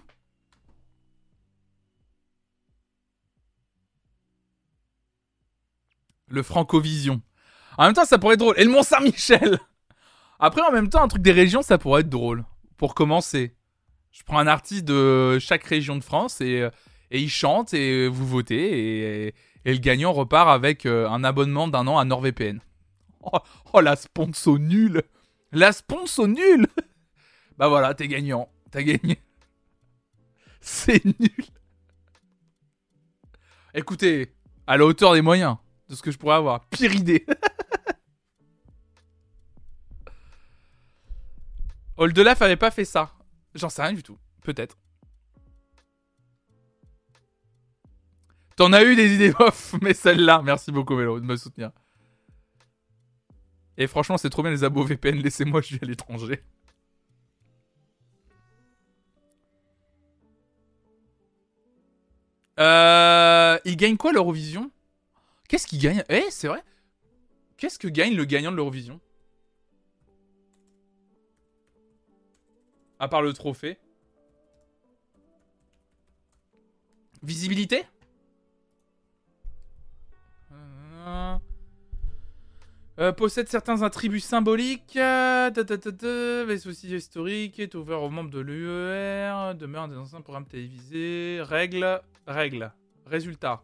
Le Francovision. En même temps, ça pourrait être drôle. Et le Mont-Saint-Michel. Après, en même temps, un truc des régions, ça pourrait être drôle. Pour commencer. Je prends un artiste de chaque région de France et, et il chante et vous votez. Et, et le gagnant repart avec un abonnement d'un an à NordVPN. Oh, oh la sponsor nulle. La sponsor nulle. Bah voilà, t'es gagnant. T'as gagné. C'est nul. Écoutez, à la hauteur des moyens de ce que je pourrais avoir. Pire idée. Oldelaf avait pas fait ça. J'en sais rien du tout. Peut-être. T'en as eu des idées off, mais celle-là, merci beaucoup Mélo de me soutenir. Et franchement, c'est trop bien les abos V P N. Laissez-moi, je vis à l'étranger. Euh... Il gagne quoi l'Eurovision? Qu'est-ce qu'il gagne? Eh, c'est vrai. Qu'est-ce que gagne le gagnant de l'Eurovision? À part le trophée. Visibilité? euh, Possède certains attributs symboliques. Euh, les soucis historiques. Est ouvert aux membres de l'U E R. Demeure dans des anciens programmes télévisés. Règles. Règles. Résultats.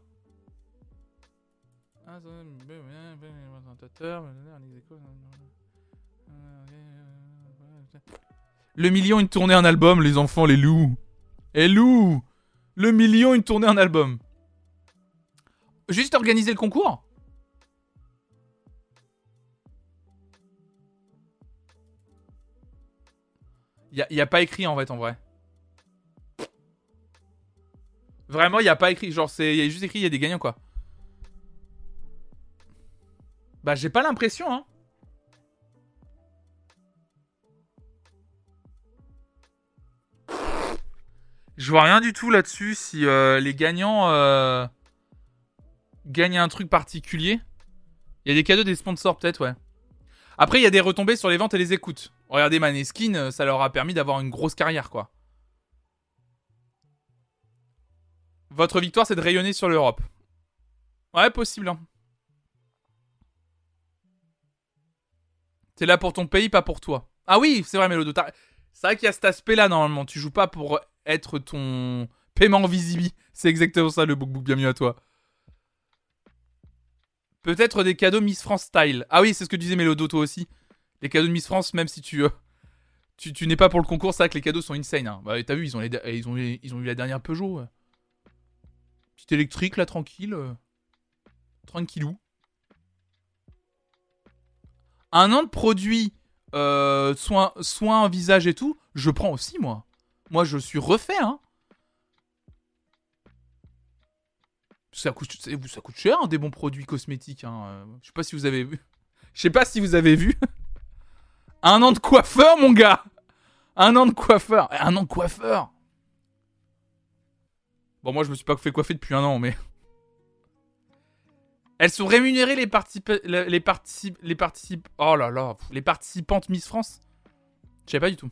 Le million, une tournée, un album, les enfants, les loups. Eh loups. Le million, une tournée, un album. Juste organiser le concours. Il n'y a, a pas écrit en fait, en vrai. Vraiment, il n'y a pas écrit. Genre, il y a juste écrit, il y a des gagnants, quoi. Bah, j'ai pas l'impression, hein. Je vois rien du tout là-dessus si euh, les gagnants euh, gagnent un truc particulier. Il y a des cadeaux des sponsors, peut-être, ouais. Après, il y a des retombées sur les ventes et les écoutes. Regardez Maneskin, ça leur a permis d'avoir une grosse carrière, quoi. Votre victoire, c'est de rayonner sur l'Europe. Ouais, possible, hein. T'es là pour ton pays, pas pour toi. Ah oui, c'est vrai, Mélodo. C'est vrai qu'il y a cet aspect-là, normalement. Tu joues pas pour être ton paiement visible. C'est exactement ça, le book-book. Bienvenue à toi. Peut-être des cadeaux Miss France style. Ah oui, c'est ce que disait Mélodo, toi aussi. Les cadeaux de Miss France, même si tu... Euh, tu, tu n'es pas pour le concours, c'est vrai que les cadeaux sont insane. Hein. Bah, t'as vu, ils ont, les, ils, ont, ils ont eu la dernière Peugeot. Ouais. Petite électrique, là, tranquille. Euh, tranquillou. Un an de produits, euh, soins, soins, visage et tout, je prends aussi, moi. Moi, je suis refait, hein. Ça coûte, ça coûte cher, hein, des bons produits cosmétiques. Hein. Je sais pas si vous avez vu. Je sais pas si vous avez vu. Un an de coiffeur, mon gars. Un an de coiffeur. Un an de coiffeur. Bon, moi, je me suis pas fait coiffer depuis un an, mais... Elles sont rémunérées, les participants... Les participants... Les particip... Oh là là. Les participantes Miss France. Je sais pas du tout.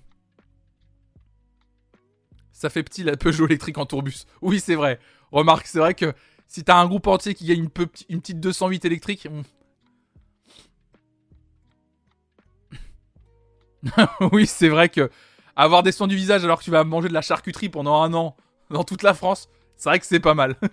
Ça fait petit, la Peugeot électrique en tourbus. Oui, c'est vrai. Remarque, c'est vrai que si t'as un groupe entier qui gagne une, pe- une petite deux cent huit électrique... On... Oui, c'est vrai que avoir des soins du visage alors que tu vas manger de la charcuterie pendant un an dans toute la France, c'est vrai que c'est pas mal.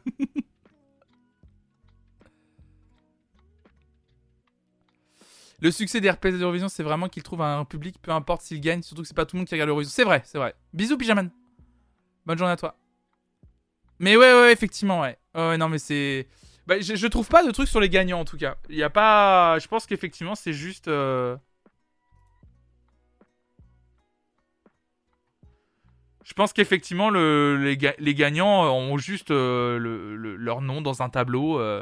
Le succès des R P d'Eurovision, c'est vraiment qu'ils trouvent un public, peu importe s'ils gagnent, surtout que c'est pas tout le monde qui regarde l'Eurovision. C'est vrai, c'est vrai. Bisous, Pyjaman. Bonne journée à toi. Mais ouais, ouais, effectivement, ouais. Ouais, non, mais c'est... Bah, je, je trouve pas de trucs sur les gagnants, en tout cas. Il y a pas... Je pense qu'effectivement, c'est juste... Euh... Je pense qu'effectivement, le, les, ga- les gagnants ont juste euh, le, le, leur nom dans un tableau... Euh...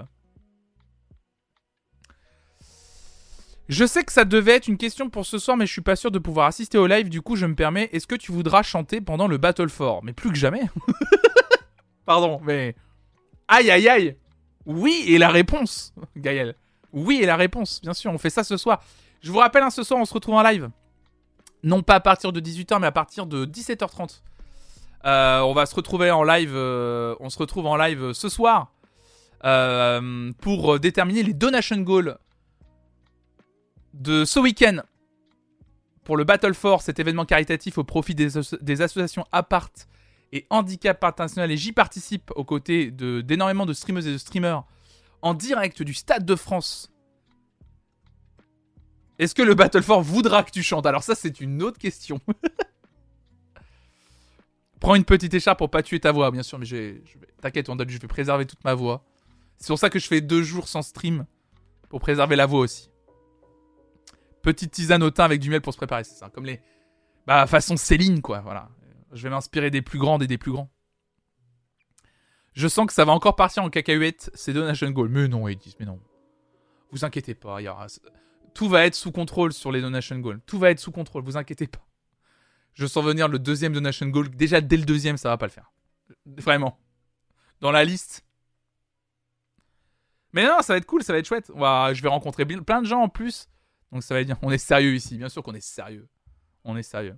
Je sais que ça devait être une question pour ce soir, mais je suis pas sûr de pouvoir assister au live. Du coup, je me permets. Est-ce que tu voudras chanter pendant le Battle for ? Mais plus que jamais. Pardon, mais... Aïe, aïe, aïe. Oui, et la réponse, Gaël. Oui, et la réponse. Bien sûr, on fait ça ce soir. Je vous rappelle, hein, ce soir, on se retrouve en live. Non pas à partir de dix-huit heures, mais à partir de dix-sept heures trente. Euh, on va se retrouver en live. Euh, on se retrouve en live ce soir. Euh, pour déterminer les donation goals de ce week-end pour le Battle for, cet événement caritatif au profit des, asso- des associations Apart et Handicap International. Et j'y participe aux côtés de, d'énormément de streameuses et de streamers en direct du Stade de France. Est-ce que le Battle for voudra que tu chantes ? Alors ça, c'est une autre question. Prends une petite écharpe pour pas tuer ta voix, bien sûr, mais j'ai, je vais, t'inquiète, Wandel, je vais préserver toute ma voix. C'est pour ça que je fais deux jours sans stream, pour préserver la voix aussi. Petite tisane au thym avec du miel pour se préparer, c'est ça. Comme les... Bah, façon Céline, quoi, voilà. Je vais m'inspirer des plus grandes et des plus grands. Je sens que ça va encore partir en cacahuète, ces donation goals. Mais non, ils disent, mais non. Vous inquiétez pas, il y aura... Tout va être sous contrôle sur les donation goals. Tout va être sous contrôle, vous inquiétez pas. Je sens venir le deuxième donation goal. Déjà, dès le deuxième, ça va pas le faire. Vraiment. Dans la liste. Mais non, ça va être cool, ça va être chouette. On va... Je vais rencontrer plein de gens en plus. Donc ça va être bien. On est sérieux ici. Bien sûr qu'on est sérieux. On est sérieux.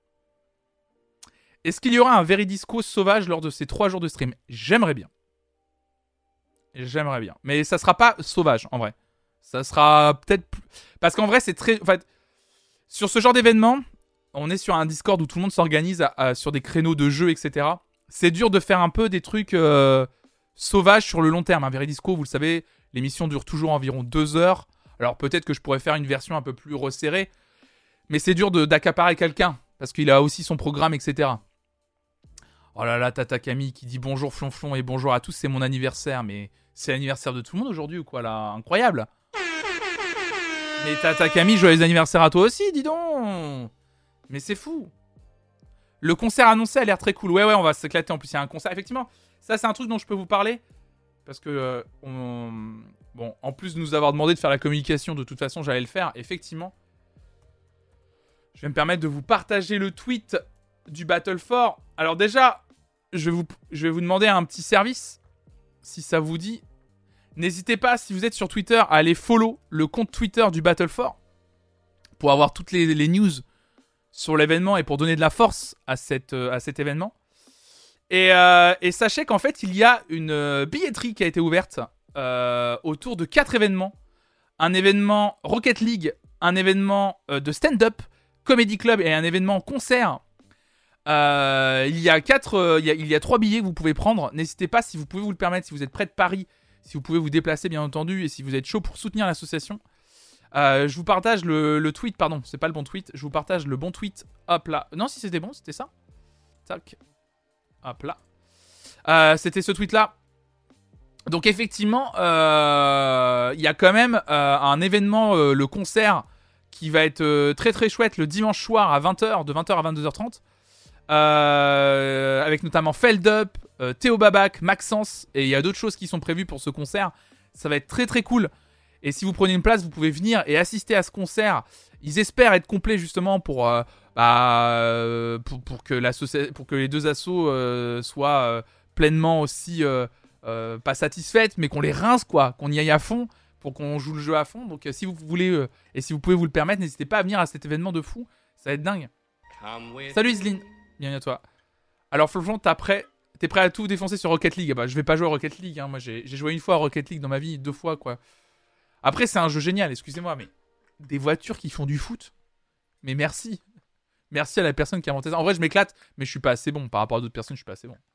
Est-ce qu'il y aura un Veridisco sauvage lors de ces trois jours de stream ? J'aimerais bien. J'aimerais bien. Mais ça sera pas sauvage, en vrai. Ça sera peut-être... Parce qu'en vrai, c'est très... En fait, sur ce genre d'événement, on est sur un Discord où tout le monde s'organise à, à, sur des créneaux de jeux, et cetera. C'est dur de faire un peu des trucs euh, sauvages sur le long terme. Un Veridisco, vous le savez, l'émission dure toujours environ deux heures. Alors peut-être que je pourrais faire une version un peu plus resserrée. Mais c'est dur de, d'accaparer quelqu'un. Parce qu'il a aussi son programme, et cetera. Oh là là, Tata Camille qui dit bonjour Flonflon et bonjour à tous, c'est mon anniversaire. Mais c'est l'anniversaire de tout le monde aujourd'hui ou quoi là ? Incroyable. Mais Tata Camille, joyeux anniversaire à toi aussi, dis donc. Mais c'est fou. Le concert annoncé a l'air très cool. Ouais, ouais, on va s'éclater. En plus, il y a un concert. Effectivement, ça, c'est un truc dont je peux vous parler. Parce que, euh, on... bon, en plus de nous avoir demandé de faire la communication, de toute façon, j'allais le faire. Effectivement, je vais me permettre de vous partager le tweet du Battle for. Alors déjà, je vais vous, je vais vous demander un petit service, si ça vous dit. N'hésitez pas, si vous êtes sur Twitter, à aller follow le compte Twitter du Battle for pour avoir toutes les, les news sur l'événement et pour donner de la force à, cette, à cet événement. Et, euh, et sachez qu'en fait, il y a une billetterie qui a été ouverte euh, autour de quatre événements. Un événement Rocket League, un événement euh, de stand-up, Comedy Club et un événement concert. Euh, il y a quatre, euh, il y a, il y a trois billets que vous pouvez prendre. N'hésitez pas, si vous pouvez vous le permettre, si vous êtes près de Paris, si vous pouvez vous déplacer bien entendu, et si vous êtes chaud pour soutenir l'association. Euh, je vous partage le, le tweet, pardon, c'est pas le bon tweet. Je vous partage le bon tweet. Hop là. Non, si c'était bon, c'était ça. Tac. Hop là. Euh, c'était ce tweet-là. Donc effectivement, il euh, y a quand même euh, un événement, euh, le concert, qui va être euh, très très chouette le dimanche soir à vingt heures, de vingt heures à vingt-deux heures trente. Euh, avec notamment Feldup, euh, Théo Babac, Maxence, et il y a d'autres choses qui sont prévues pour ce concert. Ça va être très très cool. Et si vous prenez une place, vous pouvez venir et assister à ce concert. Ils espèrent être complets justement pour, euh, bah, pour, pour, que, pour que les deux assos euh, soient euh, pleinement aussi euh, euh, pas satisfaites, mais qu'on les rince quoi, qu'on y aille à fond pour qu'on joue le jeu à fond. Donc euh, si vous voulez euh, et si vous pouvez vous le permettre, n'hésitez pas à venir à cet événement de fou. Ça va être dingue. Salut Isline, bienvenue à toi. Alors Flonflon, t'es prêt, t'es prêt à tout défoncer sur Rocket League? Bah je vais pas jouer à Rocket League, hein. Moi j'ai, j'ai joué une fois à Rocket League dans ma vie, deux fois quoi. Après c'est un jeu génial, excusez-moi, mais des voitures qui font du foot, Mais merci. Merci à la personne qui a inventé ça. En vrai, je m'éclate, mais je suis pas assez bon. Par rapport à d'autres personnes, je suis pas assez bon.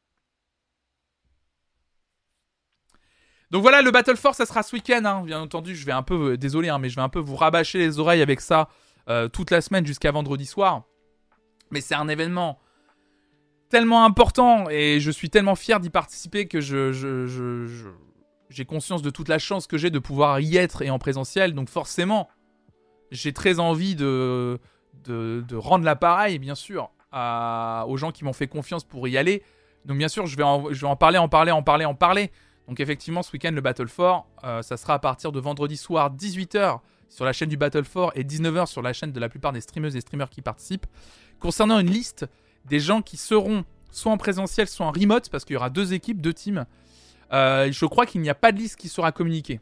Donc voilà, le Battle Force, ça sera ce week-end. Hein. Bien entendu, je vais un peu... Euh, désolé, hein, mais je vais un peu vous rabâcher les oreilles avec ça euh, toute la semaine jusqu'à vendredi soir. Mais c'est un événement tellement important et je suis tellement fier d'y participer que je, je, je, je, j'ai conscience de toute la chance que j'ai de pouvoir y être et en présentiel. Donc forcément, j'ai très envie de, de, de rendre l'appareil, bien sûr, à, aux gens qui m'ont fait confiance pour y aller. Donc bien sûr, je vais en, je vais en parler, en parler, en parler, en parler. Donc effectivement, ce week-end, le Battle Four, euh, ça sera à partir de vendredi soir, dix-huit heures sur la chaîne du Battle Four et dix-neuf heures sur la chaîne de la plupart des streameuses et streamers qui participent. Concernant une liste des gens qui seront soit en présentiel, soit en remote, parce qu'il y aura deux équipes, deux teams, euh, je crois qu'il n'y a pas de liste qui sera communiquée.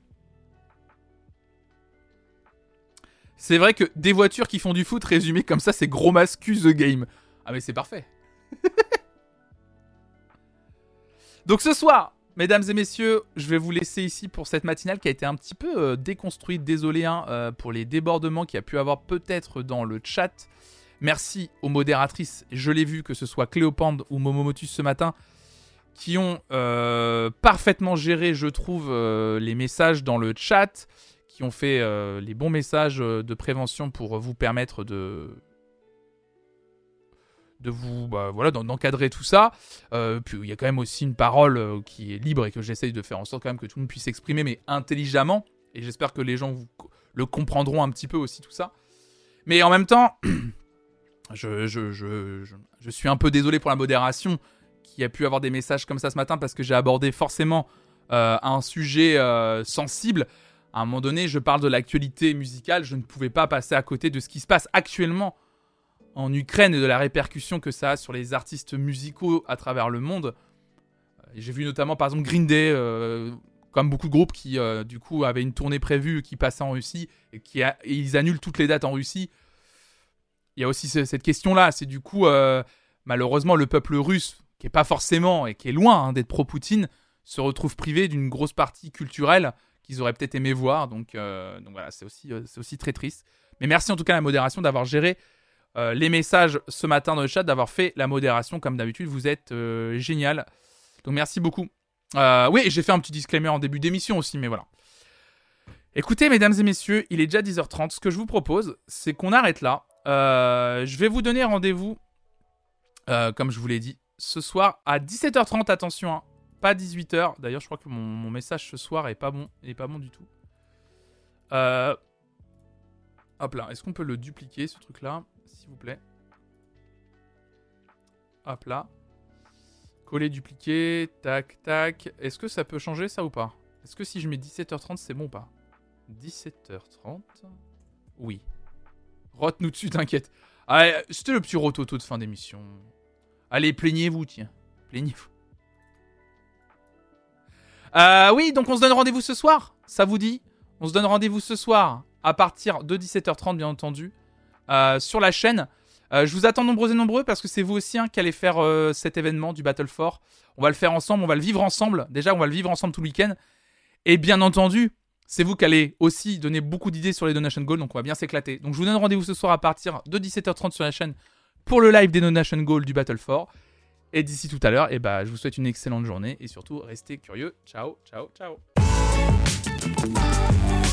C'est vrai que des voitures qui font du foot, résumé comme ça, c'est gros mascu the game. Ah mais c'est parfait. Donc ce soir, mesdames et messieurs, je vais vous laisser ici pour cette matinale qui a été un petit peu euh, déconstruite. Désolé hein, euh, pour les débordements qu'il y a pu avoir peut-être dans le chat. Merci aux modératrices, je l'ai vu, que ce soit Cléopande ou Momomotus ce matin, qui ont euh, parfaitement géré, je trouve, euh, les messages dans le chat, qui ont fait euh, les bons messages de prévention pour vous permettre de... de vous, bah, voilà, d'encadrer tout ça. Euh, puis il y a quand même aussi une parole euh, qui est libre et que j'essaye de faire en sorte quand même que tout le monde puisse s'exprimer, mais intelligemment. Et j'espère que les gens vous, le comprendront un petit peu aussi, tout ça. Mais en même temps, je, je, je, je, je suis un peu désolé pour la modération qui a pu avoir des messages comme ça ce matin parce que j'ai abordé forcément euh, un sujet euh, sensible. À un moment donné, je parle de l'actualité musicale. Je ne pouvais pas passer à côté de ce qui se passe actuellement en Ukraine et de la répercussion que ça a sur les artistes musicaux à travers le monde. J'ai vu notamment par exemple Green Day, euh, comme beaucoup de groupes qui euh, du coup avaient une tournée prévue qui passait en Russie et qui a, et ils annulent toutes les dates en Russie. Il y a aussi ce, cette question-là, c'est du coup euh, malheureusement le peuple russe, qui est pas forcément et qui est loin hein, d'être pro-Poutine, se retrouve privé d'une grosse partie culturelle qu'ils auraient peut-être aimé voir. Donc, euh, donc voilà, c'est aussi, euh, c'est aussi très triste. Mais merci en tout cas à la modération d'avoir géré Euh, les messages ce matin dans le chat, d'avoir fait la modération comme d'habitude. Vous êtes euh, génial. Donc merci beaucoup. Euh, oui, j'ai fait un petit disclaimer en début d'émission aussi, mais voilà. Écoutez, mesdames et messieurs, il est déjà dix heures trente. Ce que je vous propose, c'est qu'on arrête là. Euh, je vais vous donner rendez-vous, euh, comme je vous l'ai dit, ce soir à dix-sept heures trente. Attention, hein, pas dix-huit heures. D'ailleurs, je crois que mon, mon message ce soir est pas bon. Il est pas bon du tout. Euh... Hop là, est-ce qu'on peut le dupliquer, ce truc-là ? S'il vous plaît. Hop là. Coller, dupliquer. Tac, tac. Est-ce que ça peut changer ça ou pas ? Est-ce que si je mets dix-sept heures trente, c'est bon ou pas ? dix-sept heures trente. Oui. Rote-nous dessus, t'inquiète. Allez, c'était le petit rototo de fin d'émission. Allez, plaignez-vous, tiens. Plaignez-vous. Euh, oui, donc on se donne rendez-vous ce soir. Ça vous dit ? On se donne rendez-vous ce soir à partir de dix-sept heures trente, bien entendu. Euh, sur la chaîne. Euh, je vous attends nombreux et nombreux parce que c'est vous aussi hein, qui allez faire euh, cet événement du Battle Four. On va le faire ensemble, on va le vivre ensemble. Déjà, on va le vivre ensemble tout le week-end. Et bien entendu, c'est vous qui allez aussi donner beaucoup d'idées sur les Donation Goals, donc on va bien s'éclater. Donc je vous donne rendez-vous ce soir à partir de dix-sept heures trente sur la chaîne pour le live des Donation Goals du Battle Four. Et d'ici tout à l'heure, eh ben, je vous souhaite une excellente journée et surtout, restez curieux. Ciao, ciao, ciao.